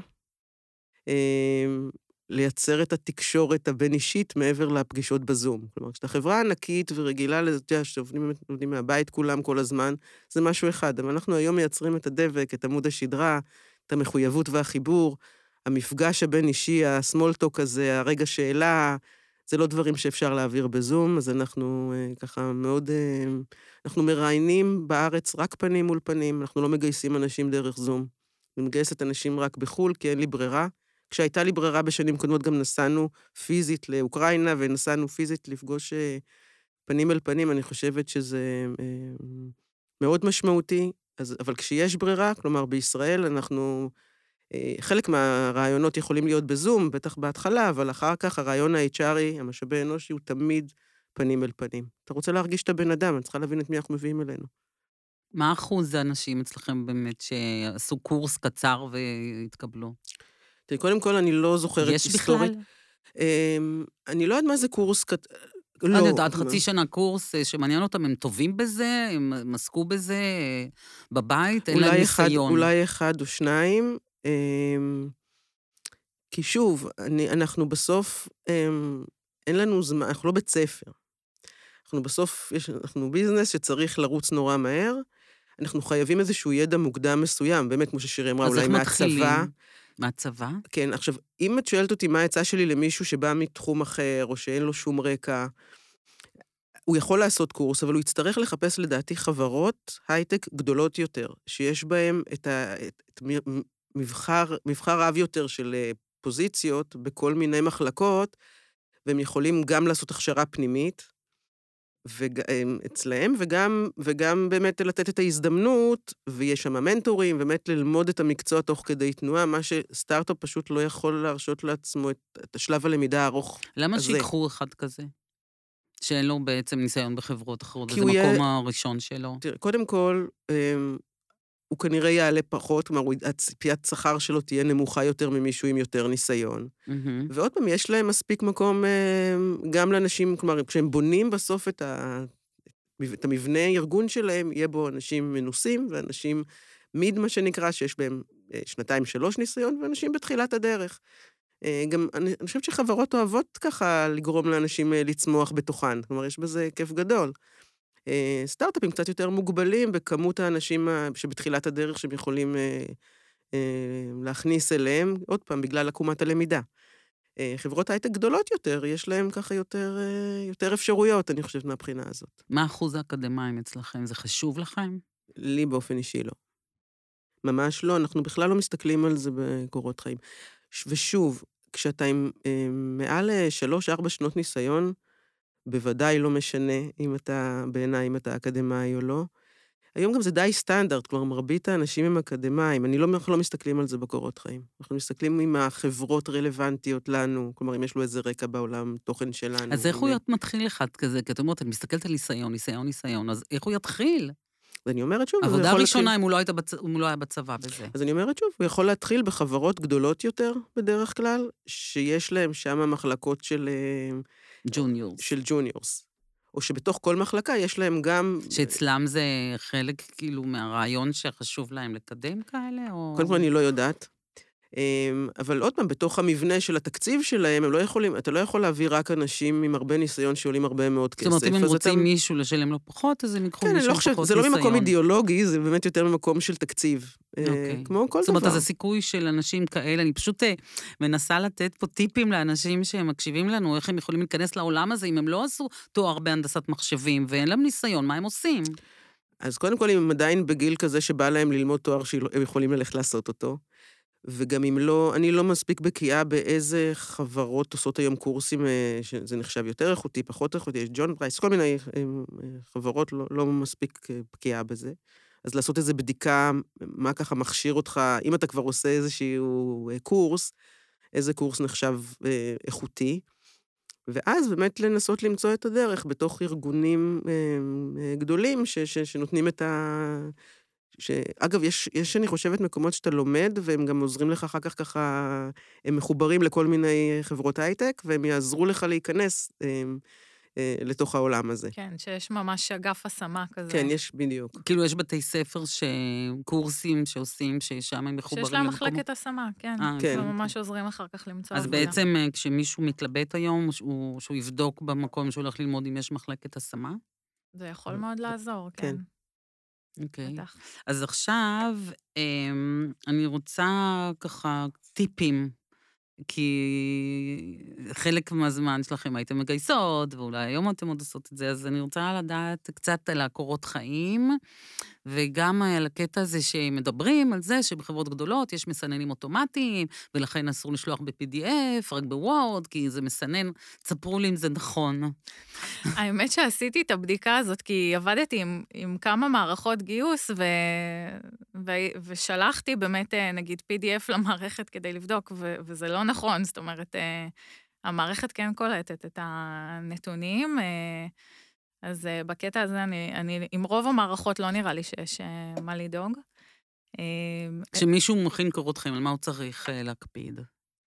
לייצר את התקשורת הבין-אישית מעבר לפגישות בזום. כלומר, כשאתה חברה ענקית ורגילה לזה, שעובדים מהבית כולם כל הזמן, זה משהו אחד. אבל אנחנו היום מייצרים את הדבק, את עמוד השדרה, את המחויבות והחיבור, המפגש הבין-אישי, הסמולטוק הזה, הרגע שאלה, זה לא דברים שאפשר להעביר בזום, אז אנחנו ככה מאוד, אנחנו מראיינים בארץ רק פנים מול פנים, אנחנו לא מגייסים אנשים דרך זום. אני מגייסת אנשים רק בחול, כי אין לי ברירה. כשהייתה לי ברירה בשנים קודמות, גם נסענו פיזית לאוקראינה, ונסענו פיזית לפגוש פנים אל פנים, אני חושבת שזה מאוד משמעותי, אז, אבל כשיש ברירה, כלומר בישראל, אנחנו, חלק מהרעיונות יכולים להיות בזום, בטח בהתחלה, אבל אחר כך הרעיון ה-אייץ' אר-י, המשאבי אנושי, הוא תמיד פנים אל פנים. אתה רוצה להרגיש את הבן אדם, אני צריכה להבין את מי אנחנו מביאים אלינו. מה אחוז האנשים אצלכם באמת שעשו קורס קצר והתקבלו? תראי, קודם כל, אני לא זוכרת יש היסטורית. בכלל? אמ, אני לא יודעת מה זה קורס קט... אני לא. יודעת, חצי שנה קורס אה, שמעניין אותם, הם טובים בזה, הם הם עסקו בזה אה, בבית, אין להם אולי אחד, ניסיון. אולי אחד או שניים. אמ, כי שוב, אני, אנחנו בסוף, אמ, אין לנו זמן, אנחנו לא בית ספר. אנחנו בסוף, יש, אנחנו ביזנס שצריך לרוץ נורא מהר, אנחנו חייבים איזשהו ידע מוקדם מסוים, באמת, כמו ששירי אמרה, אז אולי איך מהצבא. מתחילים? מהצבא? כן, עכשיו, אם את שואלת אותי מה העצה שלי למישהו שבא מתחום אחר, או שאין לו שום רקע, הוא יכול לעשות קורס, אבל הוא יצטרך לחפש לדעתי חברות הייטק גדולות יותר, שיש בהן את, ה, את, את מבחר, מבחר רב יותר של פוזיציות בכל מיני מחלקות, והם יכולים גם לעשות הכשרה פנימית אצלהם, וגם, וגם באמת לתת את ההזדמנות, ויש שם מנטורים, באמת ללמוד את המקצוע תוך כדי תנועה, מה שסטארט-אפ פשוט לא יכול להרשות לעצמו את, את השלב הלמידה הארוך הזה. למה שיקחו אחד כזה? שאין לו בעצם ניסיון בחברות אחרות, זה הוא יהיה- המקום הראשון שלו. תראה, קודם כל, אמ, הוא כנראה יעלה פחות, כלומר, הוא- הציפיית שכר שלו תהיה נמוכה יותר ממישהו עם יותר ניסיון. מהמם. ועוד פעם, יש להם מספיק מקום אמ, גם לאנשים, כלומר, כשהם בונים בסוף את, ה, את המבנה הארגון שלהם, יהיה בו אנשים מנוסים ואנשים מיד, מה שנקרא, שיש בהם אה, שנתיים, שלוש ניסיון, ואנשים בתחילת הדרך. אה, גם, אני, אני חושבת שחברות אוהבות ככה לגרום לאנשים אה, לצמוח בתוכן, כלומר, יש בזה כיף גדול. אה, סטארט-אפים קצת יותר מוגבלים בכמות האנשים ה- שבתחילת הדרך שהם יכולים אה, אה, להכניס אליהם, עוד פעם, בגלל עקומת הלמידה. אה, חברות הייטק גדולות יותר, יש להם ככה יותר, אה, יותר אפשרויות, אני חושבת, מהבחינה הזאת. מה אחוז האקדמיים אצלכם? זה חשוב לכם? לי באופן אישי לא. ממש לא, אנחנו בכלל לא מסתכלים על זה בקורות חיים. ש- ושוב, כשאתה עם אה, מעל אה, שלוש, ארבע שנות ניסיון, בוודאי לא משנה אם אתה, בעיניי, אם אתה אקדמאי או לא. היום גם זה די סטנדרט, כלומר, מרבית האנשים הם אקדמאים, אני לא, אנחנו לא מסתכלים על זה בקורות חיים. אנחנו מסתכלים אם החברות רלוונטיות לנו, כלומר, אם יש לו איזה רקע בעולם, תוכן שלנו. אז איך אם- הוא מתחיל אחד כזה? כי את אומרת, אני מסתכלת על ניסיון, ניסיון, ניסיון, אז איך הוא יתחיל? ואני אומרת שוב, הוא עבודה יכול ראשונה, להתחיל- אם הוא לא הייתה בצ- אם הוא לא היה בצבא בזה. אז אני אומרת שוב, הוא יכול להתחיל בחברות גדולות יותר, בדרך כלל, שיש להם שם מחלקות של, אה, ג'וניורס. של ג'וניורס. או שבתוך כל מחלקה יש להם גם... שאצלם זה חלק כאילו מהרעיון שחשוב להם לקדם כאלה, או... קודם כל אני לא יודעת. אמ, אבל עוד פעם, בתוך המבנה של התקציב שלהם, הם לא יכולים, אתה לא יכול להביא רק אנשים עם הרבה ניסיון שעולים הרבה מאוד כסף. זאת אומרת, אם הם אז רוצים אתה- מישהו לשלם לו פחות, אז הם ייקחו כן, אני מישהו לא עם חושבת, פחות זה לא ניסיון. ממקום אידיאולוגי, זה באמת יותר ממקום של תקציב. אה, אוקיי. כמו כל זאת אומרת, דבר. אז הסיכוי של אנשים כאלה, אני פשוט אה, מנסה לתת פה טיפים לאנשים שמקשיבים לנו, איך הם יכולים להיכנס לעולם הזה, אם הם לא עשו תואר בהנדסת מחשבים, ואין להם ניסיון, מה הם עושים? אז קודם כל, אם הם עדיין בגיל כזה שבא להם ללמוד תואר שהם יכולים ללכת לעשות אותו, וגם אם לא, אני לא מספיק בקיאה באיזה חברות עושות היום קורסים, אה, שזה נחשב יותר איכותי, פחות איכותי, יש ג'ון פרייס, כל מיני אה, חברות לא, לא מספיק אה, בקיאה בזה. אז לעשות איזו בדיקה, מה ככה מכשיר אותך, אם אתה כבר עושה איזשהו אה, קורס, איזה קורס נחשב אה, איכותי, ואז באמת לנסות למצוא את הדרך בתוך ארגונים אה, אה, גדולים ש, ש, שנותנים את ה... שאגב, יש, יש, אני חושבת, מקומות שאתה לומד, והם גם עוזרים לך אחר כך ככה, הם מחוברים לכל מיני חברות הייטק, והם יעזרו לך להיכנס אה, אה, לתוך העולם הזה. כן, שיש ממש אגף השמה כזה. כן, יש בדיוק. כאילו, יש בתי ספר קורסים שעושים, ששם הם מחוברים שיש להם למקומות. מחלקת השמה, כן. אה, כן. וממש עוזרים אחר כך למצוא אז עבודה. בעצם אה, כשמישהו מתלבט היום, שהוא, שהוא יבדוק במקום שהוא הולך ללמוד אם יש מחלקת השמה? זה יכול מאוד לעזור, כן. כן. אוקיי. בטח. אז עכשיו, אמ, אני רוצה ככה טיפים, כי חלק מהזמן שלכם הייתם מגייסות, ואולי היום אתם עוד עושות את זה, אז אני רוצה לדעת קצת על הקורות חיים, וגם על הקטע הזה שמדברים על זה שבחברות גדולות יש מסננים אוטומטיים, ולכן אסור לשלוח ב-פי די אף, רק בוורד, כי זה מסנן. תספרו לי אם זה נכון. האמת שעשיתי את הבדיקה הזאת, כי עבדתי עם, עם כמה מערכות גיוס, ו, ו, ושלחתי באמת, נגיד, פי די אף למערכת כדי לבדוק, ו, וזה לא נכון, זאת אומרת, המערכת כן קולטת את הנתונים, אז uh, בקטע הזה, אני, אני, עם רוב המערכות לא נראה לי שיש uh, מה לדאוג. Uh, כשמישהו מכין קורות חיים, על מה הוא צריך uh, להקפיד?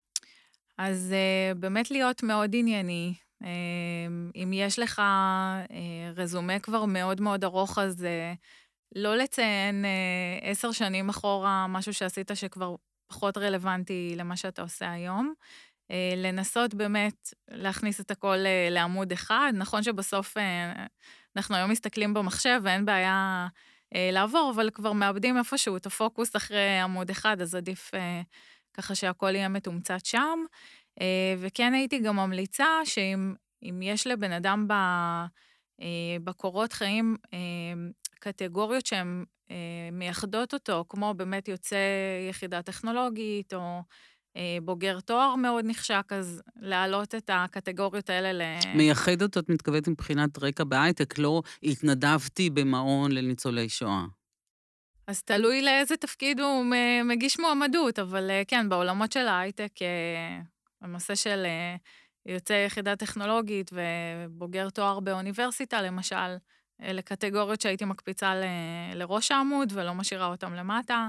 אז uh, באמת להיות מאוד ענייני. Uh, אם יש לך uh, רזומה כבר מאוד מאוד ארוך, אז uh, לא לציין uh, עשר שנים אחורה משהו שעשית שכבר פחות רלוונטי למה שאתה עושה היום. Uh, לנסות באמת להכניס את הכל uh, לעמוד אחד. נכון שבסוף uh, אנחנו היום מסתכלים במחשב ואין בעיה uh, לעבור, אבל כבר מאבדים איפשהו את הפוקוס אחרי עמוד אחד, אז עדיף uh, ככה שהכל יהיה מתומצת שם. Uh, וכן הייתי גם ממליצה שאם אם יש לבן אדם ב, uh, בקורות חיים uh, קטגוריות שהן uh, מייחדות אותו, כמו באמת יוצא יחידה טכנולוגית, או בוגר תואר מאוד נחשק, אז להעלות את הקטגוריות האלה ל... מייחד אותו, את מתכוונת מבחינת רקע בהייטק, לא התנדבתי במעון לניצולי שואה. אז תלוי לאיזה תפקיד הוא מגיש מועמדות, אבל כן, בעולמות של ההייטק, הנושא של יוצא יחידה טכנולוגית ובוגר תואר באוניברסיטה, למשל, אלה קטגוריות שהייתי מקפיצה ל- לראש העמוד ולא משאירה אותם למטה.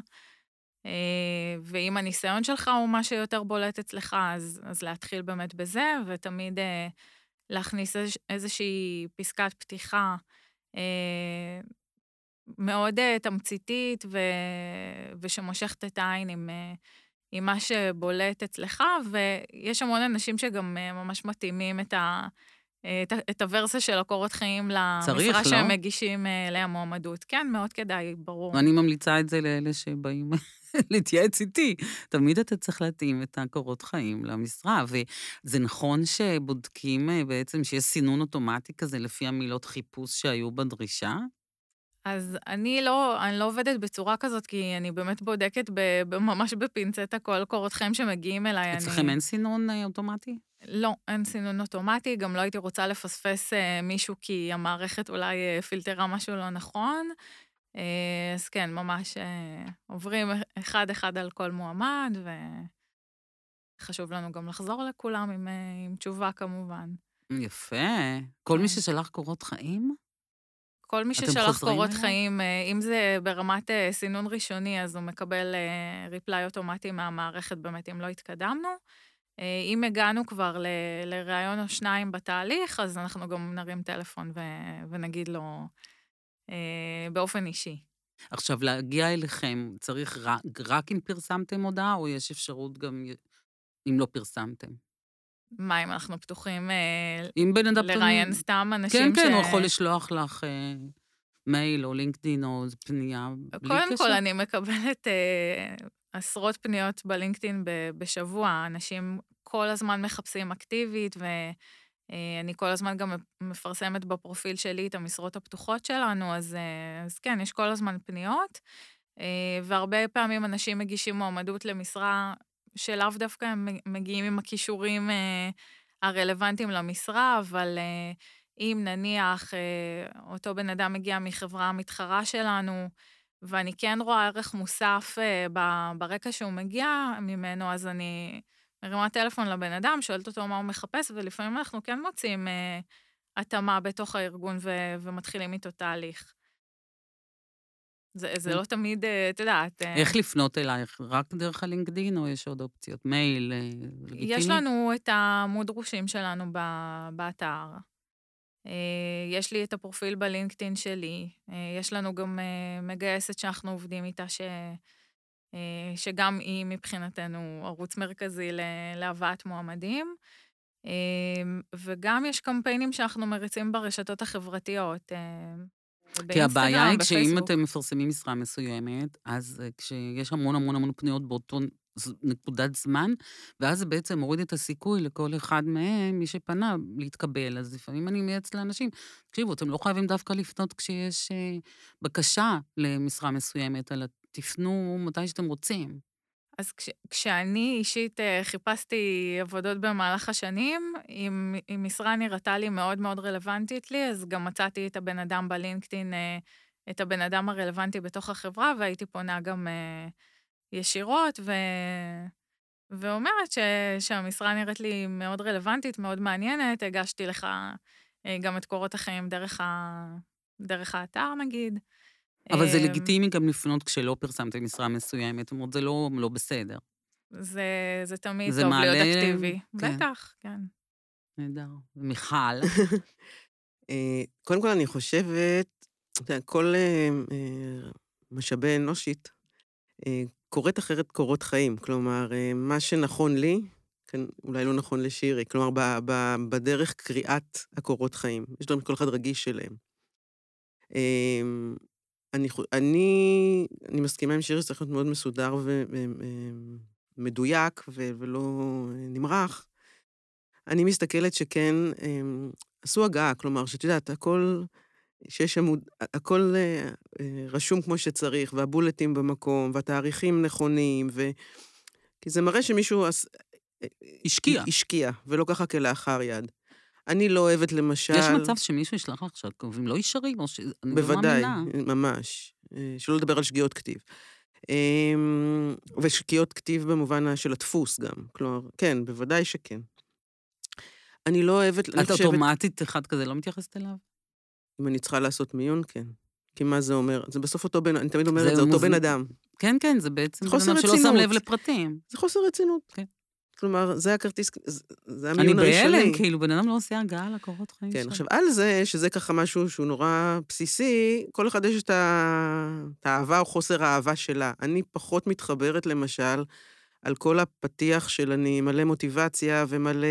ואם הניסיון שלך הוא מה שיותר בולט אצלך, אז, אז להתחיל באמת בזה, ותמיד אה, להכניס איז, איזושהי פסקת פתיחה אה, מאוד אה, תמציתית, ו, ושמושכת את העין עם, אה, עם מה שבולט אצלך, ויש המון אנשים שגם אה, ממש מתאימים את, ה, את, את הוורסיה של הקורות חיים למשרה לא? שהם מגישים אה, למועמדות. כן, מאוד כדאי, ברור. ואני ממליצה את זה לאלה שבאים להתייעץ איתי. תמיד אתה צריך להתאים את הקורות חיים למשרה, וזה נכון שבודקים בעצם שיש סינון אוטומטי כזה לפי המילות חיפוש שהיו בדרישה? אז אני לא, אני לא עובדת בצורה כזאת, כי אני באמת בודקת ב, ממש בפינצטה כל קורות חיים שמגיעים אליי. אצלכם אני... אין סינון אוטומטי? לא, אין סינון אוטומטי, גם לא הייתי רוצה לפספס מישהו, כי המערכת אולי פילטרה משהו לא נכון. אז כן, ממש עוברים אחד-אחד על כל מועמד, וחשוב לנו גם לחזור לכולם עם, עם תשובה כמובן. יפה. כל מי ששלח קורות חיים? כל מי ששלח קורות חיים, אם זה ברמת סינון ראשוני, אז הוא מקבל ריפליי אוטומטי מהמערכת, באמת, אם לא התקדמנו. אם הגענו כבר ל- לראיון או שניים בתהליך, אז אנחנו גם נרים טלפון ו- ונגיד לו באופן אישי. עכשיו, להגיע אליכם, צריך רק, רק אם פרסמתם הודעה, או יש אפשרות גם אם לא פרסמתם? מה, אם אנחנו פתוחים אם בן אדם לראיין סתם אנשים כן, ש... כן, הוא יכול לשלוח לך אה, מייל או לינקדין או פנייה בלי קשר? קודם כל, אני מקבלת אה, עשרות פניות בלינקדין ב- בשבוע. אנשים כל הזמן מחפשים אקטיבית, ואני כל הזמן גם מפרסמת בפרופיל שלי את המשרות הפתוחות שלנו, אז, אה, אז כן, יש כל הזמן פניות, אה, והרבה פעמים אנשים מגישים מועמדות למשרה שלאו דווקא הם מגיעים עם הכישורים אה, הרלוונטיים למשרה, אבל אה, אם נניח אה, אותו בן אדם מגיע מחברה מתחרה שלנו, ואני כן רואה ערך מוסף אה, ב- ברקע שהוא מגיע ממנו, אז אני מרימה טלפון לבן אדם, שואלת אותו מה הוא מחפש, ולפעמים אנחנו כן מוצאים אה, התאמה בתוך הארגון ו- ומתחילים איתו תהליך. זה, זה לא תמיד, את יודעת... איך לפנות אלייך? רק דרך הלינקדין, או יש עוד אופציות? מייל, לגיטימי? יש לנו את העמוד דרושים שלנו באתר. יש לי את הפרופיל בלינקדין שלי. יש לנו גם מגייסת שאנחנו עובדים איתה, ש... שגם היא מבחינתנו ערוץ מרכזי להבאת מועמדים. וגם יש קמפיינים שאנחנו מריצים ברשתות החברתיות. כי הבעיה היא כשאם אתם מפרסמים משרה מסוימת, אז כשיש המון המון המון פניות באותו נקודת זמן, ואז זה בעצם מוריד את הסיכוי לכל אחד מהם, מי שפנה, להתקבל. אז לפעמים אני מייעץ לאנשים, תקשיבו, אתם לא חייבים דווקא לפנות כשיש בקשה למשרה מסוימת, אלא תפנו מתי שאתם רוצים. אז כש, כשאני אישית חיפשתי עבודות במהלך השנים, אם, אם משרה נראתה לי מאוד מאוד רלוונטית לי, אז גם מצאתי את הבן אדם בלינקדין, את הבן אדם הרלוונטי בתוך החברה, והייתי פונה גם ישירות, ו... ואומרת ש... שהמשרה נראית לי מאוד רלוונטית, מאוד מעניינת, הגשתי לך אה, גם את קורות החיים דרך, ה... דרך האתר, נגיד. אבל זה אה, לגיטימי גם לפנות כשלא פרסמתם משרה מסוימת, זאת אומרת, זה לא, לא בסדר. זה, זה תמיד זה טוב מעלה- להיות אקטיבי. כן. בטח, כן. נהדר. מיכל, אה, קודם כל, אני חושבת, אתה יודע, כל אה, אה, משאבי אנושית אה, קוראת אחרת קורות חיים. כלומר, אה, מה שנכון לי, כן, אולי לא נכון לשירי, כלומר, ב, ב, בדרך קריאת הקורות חיים. יש דברים שכל אחד רגיש אליהם. אה, אני, חו- אני, אני מסכימה עם שירי, זה צריך להיות מאוד מסודר ומדויק ולא נמרח. אני מסתכלת שכן, הם, עשו הגעה, כלומר, שאת יודעת, הכל, שיש עמוד, הכל אה, אה, רשום כמו שצריך, והבולטים במקום, והתאריכים נכונים, ו... כי זה מראה שמישהו עש... השקיע. השקיע, ולא ככה כלאחר יד. אני לא אוהבת למשל... יש מצב שמישהו ישלח לך עכשיו קווים לא ישרים, או שאני לא בוודאי, מאמינה. ממש. אה, שלא לדבר על שגיאות כתיב. אה, ושגיאות כתיב במובן של הדפוס גם. כלומר, כן, בוודאי שכן. אני לא אוהבת, אני את חושבת... אוטומטית אחד כזה לא מתייחסת אליו? אם אני צריכה לעשות מיון, כן. כי מה זה אומר? זה בסוף אותו בן, אני תמיד אומרת, זה זה אותו מוז- בן אדם. כן, כן, זה בעצם בן חוסר אדם שלא שם רצינות. לב לפרטים. זה חוסר רצינות. כן. כלומר, זה הכרטיס, זה- זה אני המיון הראשוני. בהלם, כאילו, בן אדם לא עושה הגעה לקורות חיים כן, שלו. עכשיו, על זה, שזה ככה משהו שהוא נורא בסיסי, כל אחד יש את ה- את האהבה או חוסר האהבה שלה. אני פחות מתחברת, למשל, על כל הפתיח של אני מלא מוטיבציה ומלא...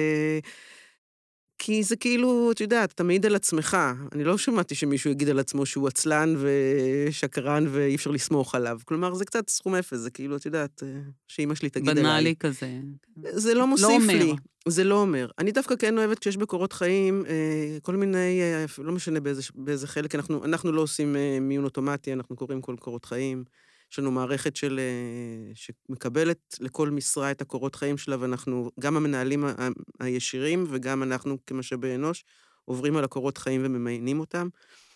כי זה כאילו, את יודעת, אתה מעיד על עצמך. אני לא שמעתי שמישהו יגיד על עצמו שהוא עצלן ושקרן ואי אפשר לסמוך עליו. כלומר, זה קצת סכום אפס, זה כאילו, את יודעת, שאמא שלי תגיד עליי. בנאלי כזה. זה לא מוסיף אומר. לי. זה לא אומר. אני דווקא כן אוהבת כשיש בקורות חיים אה, כל מיני, אה, לא משנה באיזה, באיזה חלק, אנחנו, אנחנו לא עושים אה, מיון אוטומטי, אנחנו קוראים כל קורות חיים. יש לנו מערכת של, אה, שמקבלת לכל משרה את הקורות חיים שלה, ואנחנו, גם המנהלים ה- הישירים, וגם אנחנו כמשאבי אנוש, עוברים על הקורות חיים וממיינים אותם.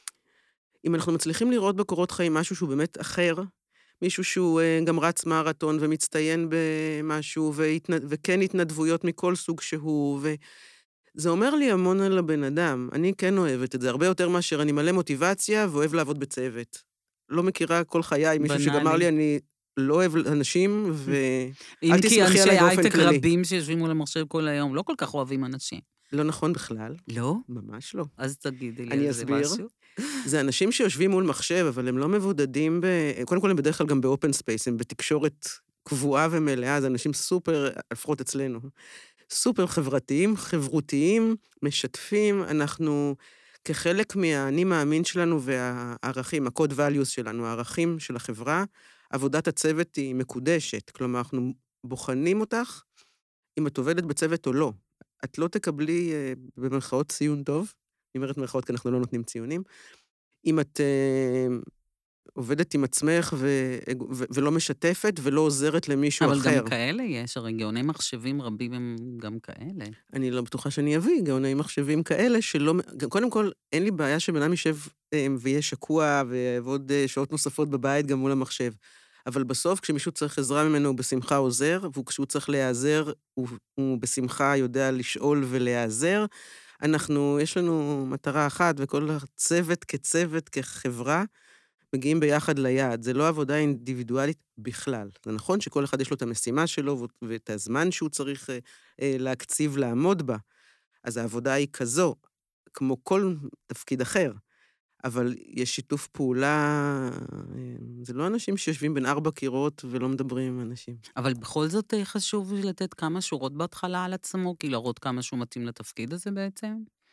אם אנחנו מצליחים לראות בקורות חיים משהו שהוא באמת אחר, מישהו שהוא אה, גם רץ מרתון ומצטיין במשהו, והתנ... וכן התנדבויות מכל סוג שהוא, וזה אומר לי המון על הבן אדם. אני כן אוהבת את זה, הרבה יותר מאשר אני מלא מוטיבציה ואוהב לעבוד בצוות. לא מכירה כל חיי מישהו בנאלי. שגמר לי, אני לא אוהב אנשים, ואל אם כי תסמכי אנשי עליי באופן הייטק כללי. רבים שיושבים מול המחשב כל היום, לא כל כך אוהבים אנשים. לא נכון בכלל, לא? ממש לא. אז תגידי לי אני על זה אסביר. משהו. זה אנשים שיושבים מול מחשב, אבל הם לא מבודדים ב... קודם כל, הם בדרך כלל גם באופן ספייס, הם בתקשורת קבועה ומלאה, זה אנשים סופר, לפחות אצלנו, סופר חברתיים, חברותיים, משתפים, אנחנו כחלק מהאני מאמין שלנו והערכים, ה-code values שלנו, הערכים של החברה, עבודת הצוות היא מקודשת, כלומר, אנחנו בוחנים אותך אם את עובדת בצוות או לא. את לא תקבלי אה, במרכאות ציון טוב, אני אומרת מרכאות כי אנחנו לא נותנים ציונים, אם את אה, עובדת עם עצמך ו, ו, ולא משתפת ולא עוזרת למישהו אבל אחר. גם כאלה יש, הרי גאוני מחשבים רבים הם גם כאלה. אני לא בטוחה שאני אביא גאוני מחשבים כאלה שלא... קודם כל, אין לי בעיה שבן אדם יישב אה, ויהיה שקוע ועוד אה, שעות נוספות בבית גם מול המחשב. אבל בסוף, כשמישהו צריך עזרה ממנו, הוא בשמחה עוזר, וכשהוא צריך להיעזר, הוא, הוא בשמחה יודע לשאול ולהיעזר. אנחנו, יש לנו מטרה אחת, וכל הצוות כצוות, כחברה, מגיעים ביחד ליעד. זה לא עבודה אינדיבידואלית בכלל. זה נכון שכל אחד יש לו את המשימה שלו, ואת הזמן שהוא צריך אה, אה, להקציב לעמוד בה. אז העבודה היא כזו, כמו כל תפקיד אחר. אבל יש שיתוף פעולה, זה לא אנשים שיושבים בין ארבע קירות ולא מדברים עם אנשים. אבל בכל זאת חשוב לתת כמה שורות בהתחלה על עצמו, כי להראות כמה שהוא מתאים לתפקיד הזה בעצם?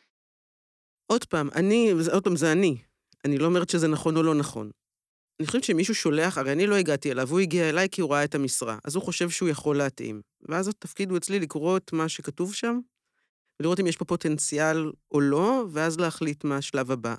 עוד פעם, אני, עוד פעם, זה אני. אני לא אומרת שזה נכון או לא נכון. אני חושבת שמישהו שולח, הרי אני לא הגעתי אליו, הוא הגיע אליי כי הוא ראה את המשרה, אז הוא חושב שהוא יכול להתאים. ואז התפקיד הוא אצלי לקרוא את מה שכתוב שם, ולראות אם יש פה פוטנציאל או לא, ואז להחליט מה השלב הבא.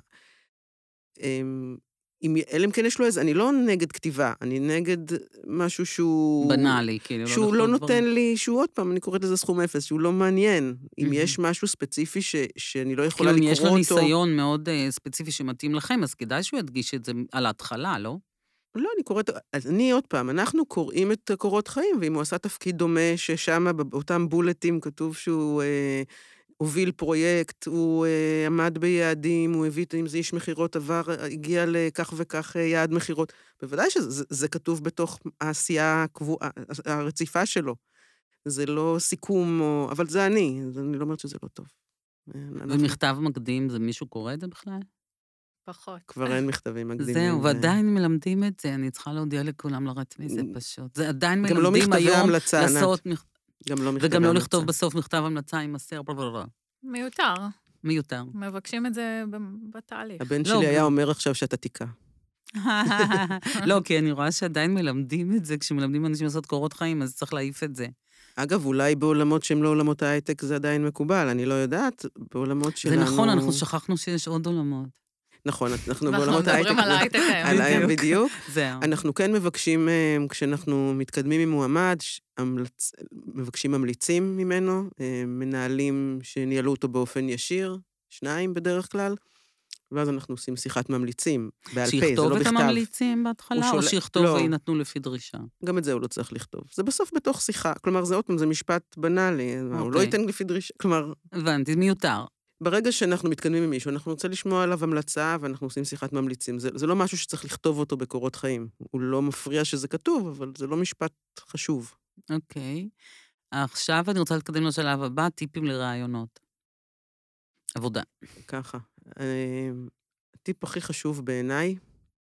אם אלא כן יש לו איזה, אני לא נגד כתיבה, אני נגד משהו שהוא... בנאלי, כאילו. שהוא לא נותן לי, שהוא עוד פעם, אני קוראת לזה סכום אפס, שהוא לא מעניין. אם יש משהו ספציפי שאני לא יכולה לקרוא אותו... כאילו, אם יש לו ניסיון מאוד ספציפי שמתאים לכם, אז כדאי שהוא ידגיש את זה על ההתחלה, לא? לא, אני קוראת... אז אני עוד פעם, אנחנו קוראים את קורות חיים, ואם הוא עשה תפקיד דומה, ששם באותם בולטים כתוב שהוא... הוביל פרויקט, הוא uh, עמד ביעדים, הוא הביא, אם זה איש מחירות עבר, הגיע לכך וכך uh, יעד מחירות. בוודאי שזה זה, זה כתוב בתוך העשייה הקבועה, הרציפה שלו. זה לא סיכום, או, אבל זה אני, אני לא אומרת שזה לא טוב. ומכתב מקדים, זה מישהו קורא את זה בכלל? פחות. כבר אין מכתבים מקדימים. זהו, ועדיין מלמדים את זה, אני צריכה להודיע לכולם לרדת מזה פשוט. זה עדיין גם לא מלמדים מכתבי היום המלצה, ענת. לעשות, מכ- גם לא מכתבי וגם לא המלצה. לכתוב בסוף מכתב המלצה עם הסר, בלבלבלה. מיותר. מיותר. מבקשים את זה ב- בתהליך. הבן לא, שלי היה גם- אומר עכשיו שאתה תיקע. לא, כי אני רואה שעדיין מלמדים את זה, כשמלמדים אנשים לעשות קורות חיים, אז צריך להעיף את זה. אגב, אולי בעולמות שהם לא עולמות ההייטק זה עדיין מקובל, אני לא יודעת, בעולמות שלנו... זה נכון, אנחנו שכחנו שיש עוד עולמות. נכון, אנחנו אנחנו בעולמות ההייטק... מדברים על ההייטק היום. על ה- בדיוק. בדיוק. זהו. אנחנו כן מבקשים, אה, כשאנחנו מתקדמים עם מועמד, ש- המלצ... מבקשים ממליצים ממנו, אה, מנהלים שניהלו אותו באופן ישיר, שניים בדרך כלל, ואז אנחנו עושים שיחת ממליצים, בעל פה, זה שיכתוב לא את בכתב. הממליצים בהתחלה, הוא או שול- שיכתוב לא. וינתנו לפי דרישה? גם את זה הוא לא צריך לכתוב. זה בסוף בתוך שיחה, כלומר, זה עוד פעם, זה משפט בנאלי, הוא לא אוקיי. ייתן לפי דרישה, כלומר... הבנתי, מיותר. ברגע שאנחנו מתקדמים עם מישהו, אנחנו רוצים לשמוע עליו המלצה, ואנחנו עושים שיחת ממליצים. זה, זה לא משהו שצריך לכתוב אותו בקורות חיים. הוא לא מפריע שזה כתוב, אבל זה לא משפט חשוב. אוקיי. עכשיו אני רוצה להתקדם לשלב הבא, טיפים לרעיונות. עבודה. ככה. אה, הטיפ הכי חשוב בעיניי,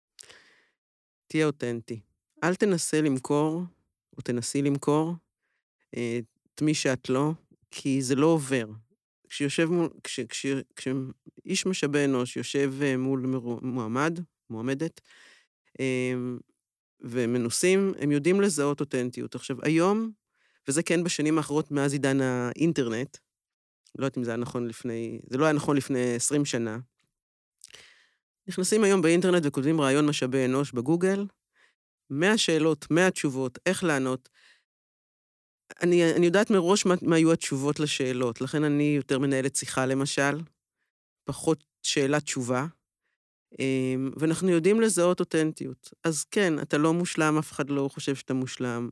תהיה אותנטי. אל תנסה למכור, או תנסי למכור, אה, את מי שאת לא, כי זה לא עובר. כשיושב מול, כש, כש, כשאיש משאבי אנוש יושב אה, מול מרו- מועמד, מועמדת, אה, ומנוסים, הם יודעים לזהות אותנטיות. עכשיו, היום, וזה כן בשנים האחרות מאז עידן האינטרנט, לא יודעת אם זה היה נכון לפני, זה לא היה נכון לפני עשרים שנה, נכנסים היום באינטרנט וכותבים רעיון משאבי אנוש בגוגל, מאה שאלות, מאה תשובות, איך לענות. אני, אני יודעת מראש מה, מה היו התשובות לשאלות, לכן אני יותר מנהלת שיחה למשל, פחות שאלת תשובה, ואנחנו יודעים לזהות אותנטיות. אז כן, אתה לא מושלם, אף אחד לא חושב שאתה מושלם.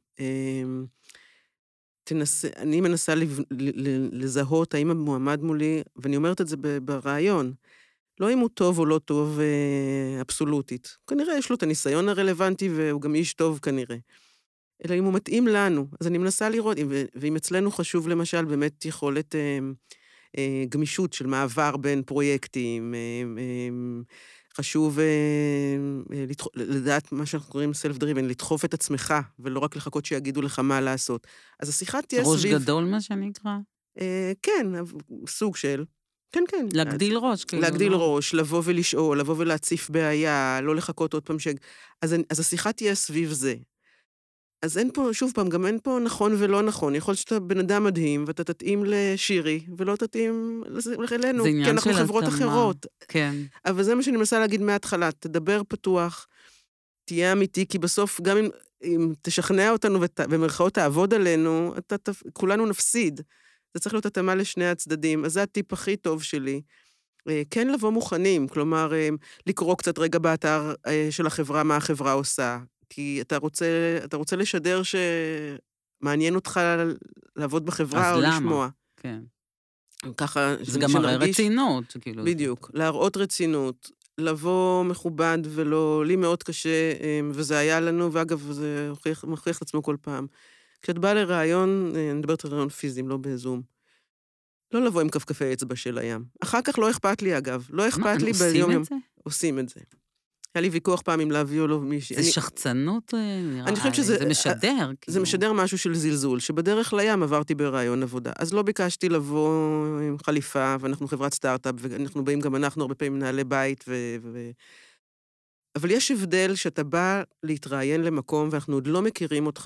תנסה, אני מנסה לב, לזהות האם המועמד מולי, ואני אומרת את זה ברעיון, לא אם הוא טוב או לא טוב אבסולוטית. כנראה יש לו את הניסיון הרלוונטי, והוא גם איש טוב כנראה. אלא אם הוא מתאים לנו. אז אני מנסה לראות, ואם אצלנו חשוב למשל באמת יכולת אה, אה, גמישות של מעבר בין פרויקטים, אה, אה, חשוב אה, אה, לדח... לדעת מה שאנחנו קוראים self-driven, לדחוף את עצמך, ולא רק לחכות שיגידו לך מה לעשות. אז השיחה תהיה ראש סביב... ראש גדול, מה שנקרא? אה, כן, סוג של... כן, כן. להגדיל אז, ראש, כאילו. להגדיל לא? ראש, לבוא ולשאול, לבוא ולהציף בעיה, לא לחכות עוד פעם ש... אז, אז השיחה תהיה סביב זה. אז אין פה, שוב פעם, גם אין פה נכון ולא נכון. יכול להיות שאתה בן אדם מדהים, ואתה תתאים לשירי, ולא תתאים אלינו, כי אנחנו חברות התאמה. אחרות. כן. אבל זה מה שאני מנסה להגיד מההתחלה, תדבר פתוח, תהיה אמיתי, כי בסוף, גם אם, אם תשכנע אותנו ובמרכאות תעבוד עלינו, אתה, אתה, כולנו נפסיד. זה צריך להיות התאמה לשני הצדדים. אז זה הטיפ הכי טוב שלי. כן לבוא מוכנים, כלומר, לקרוא קצת רגע באתר של החברה, מה החברה עושה. כי אתה רוצה, אתה רוצה לשדר שמעניין אותך לעבוד בחברה או למה? לשמוע. כן. ככה... זה גם הרי רצינות, כאילו. בדיוק, להראות רצינות, לבוא מכובד ולא, לי מאוד קשה, וזה היה לנו, ואגב, זה הוכיח, מוכיח את עצמו כל פעם. כשאת באה לרעיון, אני מדברת על רעיון פיזיים, לא בזום, לא לבוא עם כפכפי אצבע של הים. אחר כך לא אכפת לי, אגב. לא אכפת לי ביום יום. עושים את זה? היה לי ויכוח פעם אם להביא או לא מישהי. זה שחצנות, נראה. אני חושבת שזה... זה משדר. זה משדר משהו של זלזול, שבדרך לים עברתי ברעיון עבודה. אז לא ביקשתי לבוא עם חליפה, ואנחנו חברת סטארט-אפ, ואנחנו באים גם אנחנו הרבה פעמים מנהלי בית, ו... אבל יש הבדל שאתה בא להתראיין למקום, ואנחנו עוד לא מכירים אותך,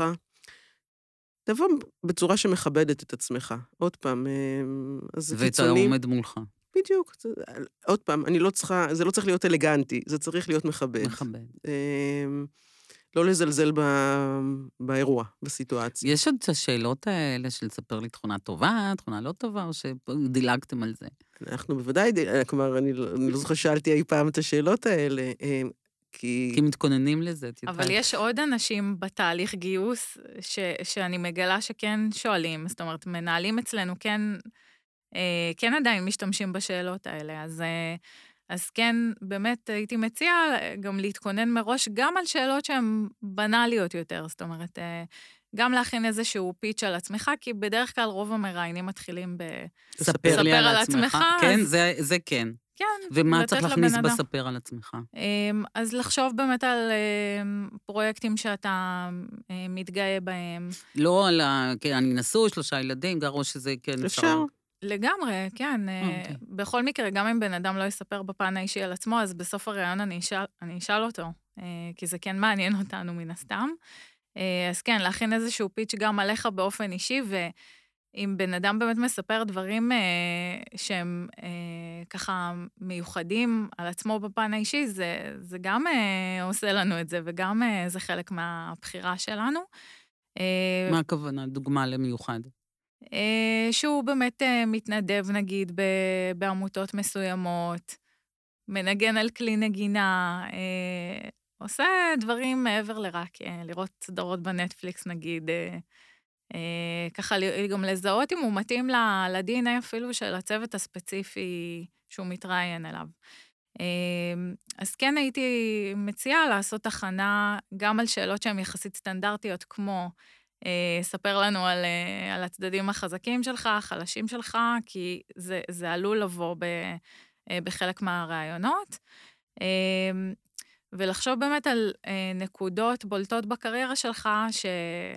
תבוא בצורה שמכבדת את עצמך. עוד פעם, אז זה קיצוני. ואתה עומד מולך. בדיוק. זה, עוד פעם, אני לא צריכה, זה לא צריך להיות אלגנטי, זה צריך להיות מכבד. מכבד. לא לזלזל ב, באירוע, בסיטואציה. יש עוד את השאלות האלה של לספר לי תכונה טובה, תכונה לא טובה, או שדילגתם על זה? אנחנו בוודאי, כלומר, אני לא, אני לא זוכר שאלתי אי פעם את השאלות האלה, כי... כי מתכוננים לזה, תדעת. אבל יש עוד אנשים בתהליך גיוס ש, שאני מגלה שכן שואלים, זאת אומרת, מנהלים אצלנו כן אה, כן עדיין משתמשים בשאלות האלה. אז, אה, אז כן, באמת הייתי מציעה גם להתכונן מראש גם על שאלות שהן בנאליות יותר, זאת אומרת, אה, גם להכין איזשהו פיץ' על עצמך, כי בדרך כלל רוב המראיינים מתחילים ב... ספר לי על עצמך. כן, אז- זה, זה כן. כן, ומה לתת צריך לבן להכניס אדם. בספר על עצמך? אמ, אז לחשוב באמת על אמ, פרויקטים שאתה אמ, מתגאה בהם. לא על ה... כן, אני נשוי, שלושה ילדים, גרו שזה כן אפשר. לגמרי, כן. אה, אוקיי. בכל מקרה, גם אם בן אדם לא יספר בפן האישי על עצמו, אז בסוף הראיון אני אשאל, אני אשאל אותו, אה, כי זה כן מעניין אותנו מן הסתם. אה, אז כן, להכין איזשהו פיץ' גם עליך באופן אישי, ואם בן אדם באמת מספר דברים אה, שהם אה, ככה מיוחדים על עצמו בפן האישי, זה, זה גם אה, עושה לנו את זה, וגם אה, זה חלק מהבחירה שלנו. אה, מה הכוונה? דוגמה למיוחד. אה, שהוא באמת אה, מתנדב, נגיד, ב- בעמותות מסוימות, מנגן על כלי נגינה, אה, עושה דברים מעבר לרק אה, לראות סדרות בנטפליקס, נגיד, אה, אה, ככה ל- גם לזהות אם הוא מתאים ל-די אן איי אפילו של הצוות הספציפי שהוא מתראיין אליו. אה, אז כן הייתי מציעה לעשות הכנה גם על שאלות שהן יחסית סטנדרטיות, כמו אה, ספר לנו על, אה, על הצדדים החזקים שלך, החלשים שלך, כי זה, זה עלול לבוא ב, אה, בחלק מהרעיונות. אה, ולחשוב באמת על אה, נקודות בולטות בקריירה שלך, ש,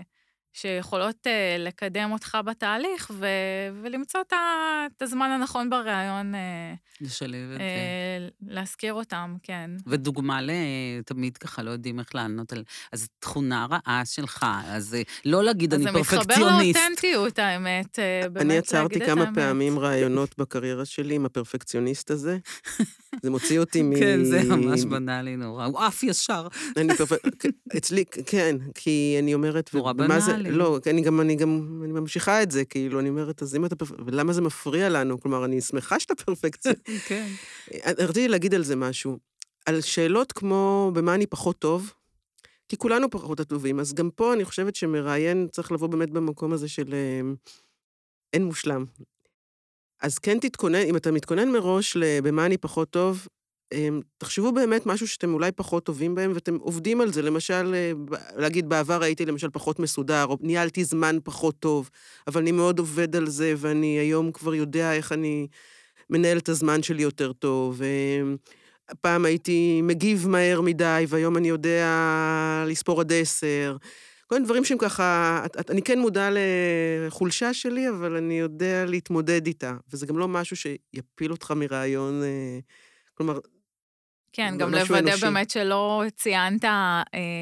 שיכולות אה, לקדם אותך בתהליך, ו, ולמצוא את ה- את הזמן הנכון ברעיון, אה, לשלב את זה. אה, להזכיר אותם, כן. ודוגמה ל... תמיד ככה לא יודעים איך לענות על... אז תכונה רעה שלך, אז אה, לא להגיד אני אז זה מתחבר פרפקציוניסט. לאותנטיות, האמת. אה, באמת אני להגיד עצרתי את כמה האמת. פעמים רעיונות בקריירה שלי עם הפרפקציוניסט הזה. זה מוציא אותי מ... כן, זה ממש בנאלי נורא. הוא אף ישר. אני פרפק... אצלי, כן, כי אני אומרת... נורא ומה זה- בנאלי. לא, אני גם, אני גם, אני ממשיכה את זה, כאילו, אני אומרת, אז אם אתה פרפק... ולמה זה מפריע לנו? כלומר, אני שמחה שאתה פרפקציה. כן. רציתי להגיד על זה משהו. על שאלות כמו, במה אני פחות טוב, כי כולנו פחות טובים, אז גם פה אני חושבת שמראיין צריך לבוא באמת במקום הזה של אה, אין מושלם. אז כן תתכונן, אם אתה מתכונן מראש במה אני פחות טוב, תחשבו באמת משהו שאתם אולי פחות טובים בהם, ואתם עובדים על זה. למשל, להגיד, בעבר הייתי למשל פחות מסודר, או ניהלתי זמן פחות טוב, אבל אני מאוד עובד על זה, ואני היום כבר יודע איך אני מנהל את הזמן שלי יותר טוב. פעם הייתי מגיב מהר מדי, והיום אני יודע לספור עד עשר. כל מיני דברים שהם ככה, אני כן מודע לחולשה שלי, אבל אני יודע להתמודד איתה, וזה גם לא משהו שיפיל אותך מרעיון, כלומר, כן, לא גם משהו לוודא אנושי. באמת שלא ציינת אה,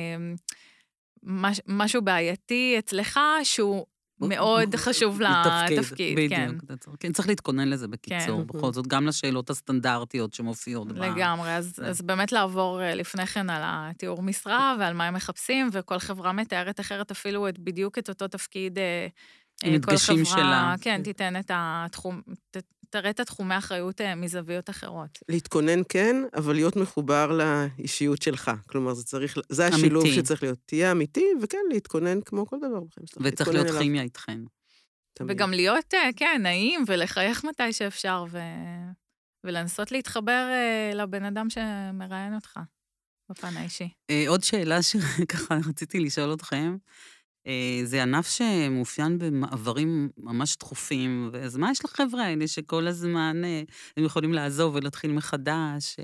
מש, משהו בעייתי אצלך, שהוא מאוד חשוב לתפקיד, כן. בדיוק. אתה צריך- כן, צריך להתכונן לזה בקיצור, כן. בכל זאת, גם לשאלות הסטנדרטיות שמופיעות. ב- לגמרי, אז, זה. אז באמת לעבור אה, לפני כן על התיאור משרה ועל מה הם מחפשים, וכל חברה מתארת אחרת אפילו את, בדיוק את אותו תפקיד. אה, עם אה, כל הדגשים חברה, שלה. כן, תיתן את התחום, ת, תראה את התחומי אחריות אה, מזוויות אחרות. להתכונן כן, אבל להיות מחובר לאישיות שלך. כלומר, זה צריך, זה השילוב אמיתי. שצריך להיות. תהיה אמיתי, וכן, להתכונן כמו כל דבר בחיים. צריך וצריך להתכונן להיות אליו כימיה איתכם. תמיד. וגם להיות, אה, כן, נעים ולחייך מתי שאפשר, ו... ולנסות להתחבר אה, לבן אדם שמראיין אותך בפן האישי. אה, עוד שאלה שככה רציתי לשאול אתכם, אה, זה ענף שמאופיין במעברים ממש תכופים, אז מה יש לחבר'ה האלה שכל הזמן אה, הם יכולים לעזוב ולהתחיל מחדש? אה,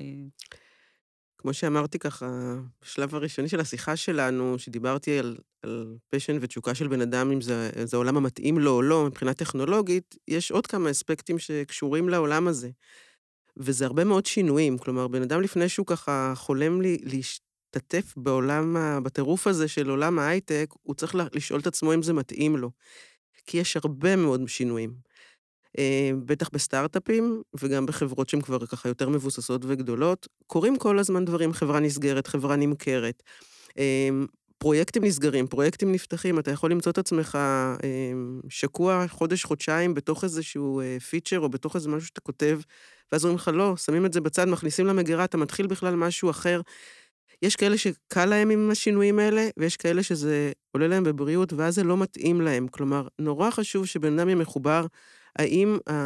כמו שאמרתי ככה, בשלב הראשוני של השיחה שלנו, שדיברתי על, על פשן ותשוקה של בן אדם, אם זה, זה העולם המתאים לו או לא, מבחינה טכנולוגית, יש עוד כמה אספקטים שקשורים לעולם הזה. וזה הרבה מאוד שינויים, כלומר, בן אדם לפני שהוא ככה חולם לי, להשתתף בעולם, ה- בטירוף הזה של עולם ההייטק, הוא צריך לשאול את עצמו אם זה מתאים לו. כי יש הרבה מאוד שינויים. אה, בטח בסטארט-אפים, וגם בחברות שהן כבר ככה יותר מבוססות וגדולות, קורים כל הזמן דברים, חברה נסגרת, חברה נמכרת, אה, פרויקטים נסגרים, פרויקטים נפתחים, אתה יכול למצוא את עצמך אה, שקוע חודש, חודשיים, בתוך איזשהו אה, פיצ'ר, או בתוך איזה משהו שאתה כותב, ואז אומרים לך, לא, שמים את זה בצד, מכניסים למגירה, אתה מתחיל בכלל משהו אחר. יש כאלה שקל להם עם השינויים האלה, ויש כאלה שזה עולה להם בבריאות, ואז זה לא מתאים להם. כלומר, נורא חשוב שבן אדם יהיה מחובר, האם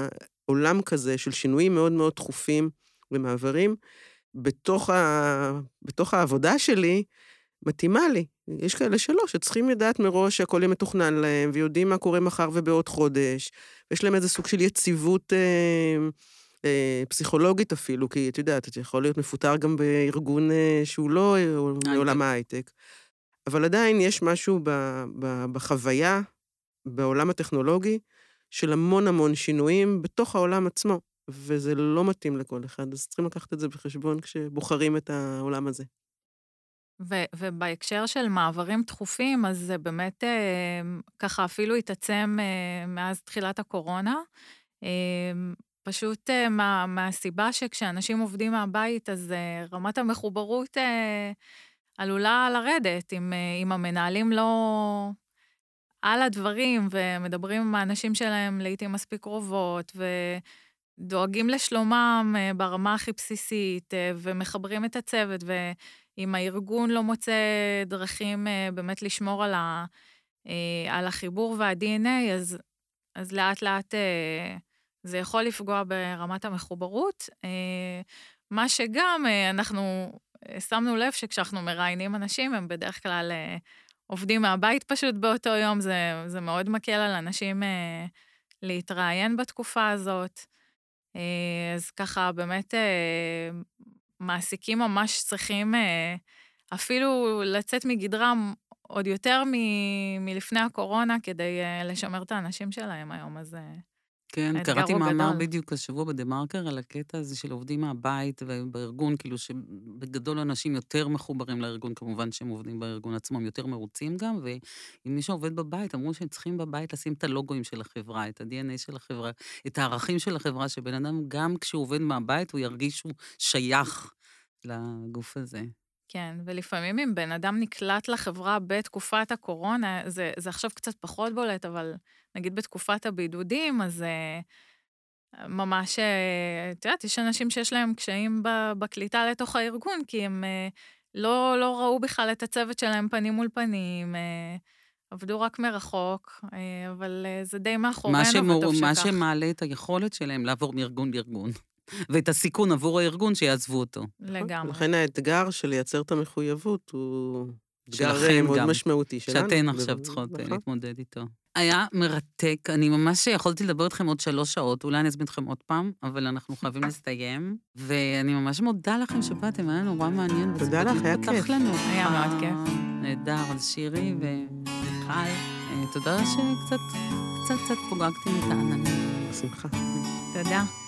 עולם כזה של שינויים מאוד מאוד תכופים ומעברים, בתוך, ה... בתוך העבודה שלי, מתאימה לי. יש כאלה שלא, שצריכים לדעת מראש שהכל יהיה מתוכנן להם, ויודעים מה קורה מחר ובעוד חודש, ויש להם איזה סוג של יציבות אה, אה, פסיכולוגית אפילו, כי את יודעת, אתה יכול להיות מפוטר גם בארגון אה, שהוא לא מעולם ההייטק. אבל עדיין יש משהו ב, ב, בחוויה, בעולם הטכנולוגי, של המון המון שינויים בתוך העולם עצמו, וזה לא מתאים לכל אחד, אז צריכים לקחת את זה בחשבון כשבוחרים את העולם הזה. ו- ובהקשר של מעברים תכופים, אז זה באמת אה, ככה אפילו התעצם אה, מאז תחילת הקורונה. אה, פשוט אה, מה, מהסיבה שכשאנשים עובדים מהבית, אז אה, רמת המחוברות אה, עלולה לרדת, אם, אה, אם המנהלים לא על הדברים ומדברים עם האנשים שלהם לעתים מספיק קרובות, ודואגים לשלומם אה, ברמה הכי בסיסית, אה, ומחברים את הצוות, ו... אם הארגון לא מוצא דרכים באמת לשמור על, ה, על החיבור וה-די אן איי, אז, אז לאט לאט זה יכול לפגוע ברמת המחוברות. מה שגם אנחנו שמנו לב שכשאנחנו מראיינים אנשים, הם בדרך כלל עובדים מהבית פשוט באותו יום, זה, זה מאוד מקל על אנשים להתראיין בתקופה הזאת. אז ככה באמת מעסיקים ממש צריכים אפילו לצאת מגדרם עוד יותר מ- מלפני הקורונה, כדי לשמר את האנשים שלהם היום, אז כן, קראתי מאמר בדיוק השבוע בדה-מרקר על הקטע הזה של עובדים מהבית ובארגון, כאילו שבגדול אנשים יותר מחוברים לארגון, כמובן שהם עובדים בארגון עצמם, יותר מרוצים גם, ואם מי שעובד בבית, אמרו שהם צריכים בבית לשים את הלוגוים של החברה, את ה-די אן איי של החברה, את הערכים של החברה, שבן אדם גם כשהוא עובד מהבית, הוא ירגיש שהוא שייך לגוף הזה. כן, ולפעמים אם בן אדם נקלט לחברה בתקופת הקורונה, זה, זה עכשיו קצת פחות בולט, אבל נגיד בתקופת הבידודים, אז ממש, את יודעת, יש אנשים שיש להם קשיים בקליטה לתוך הארגון, כי הם לא, לא ראו בכלל את הצוות שלהם פנים מול פנים, עבדו רק מרחוק, אבל זה די מאחורינו, וטוב שכך. מה שמעלה את היכולת שלהם לעבור מארגון לארגון. ואת הסיכון עבור הארגון שיעזבו אותו. לגמרי. לכן האתגר של לייצר את המחויבות הוא אתגר מאוד משמעותי שלנו. שאתן עכשיו צריכות להתמודד איתו. היה מרתק, אני ממש יכולתי לדבר איתכם עוד שלוש שעות, אולי אני אזמין אתכם עוד פעם, אבל אנחנו חייבים להסתיים, ואני ממש מודה לכם שבאתם, היה נורא מעניין. תודה לך, היה כיף. היה מאוד כיף. נהדר, אז שירי ומיכל, תודה שקצת, קצת קצת פוגגתם את העננים. בשמחה. תודה.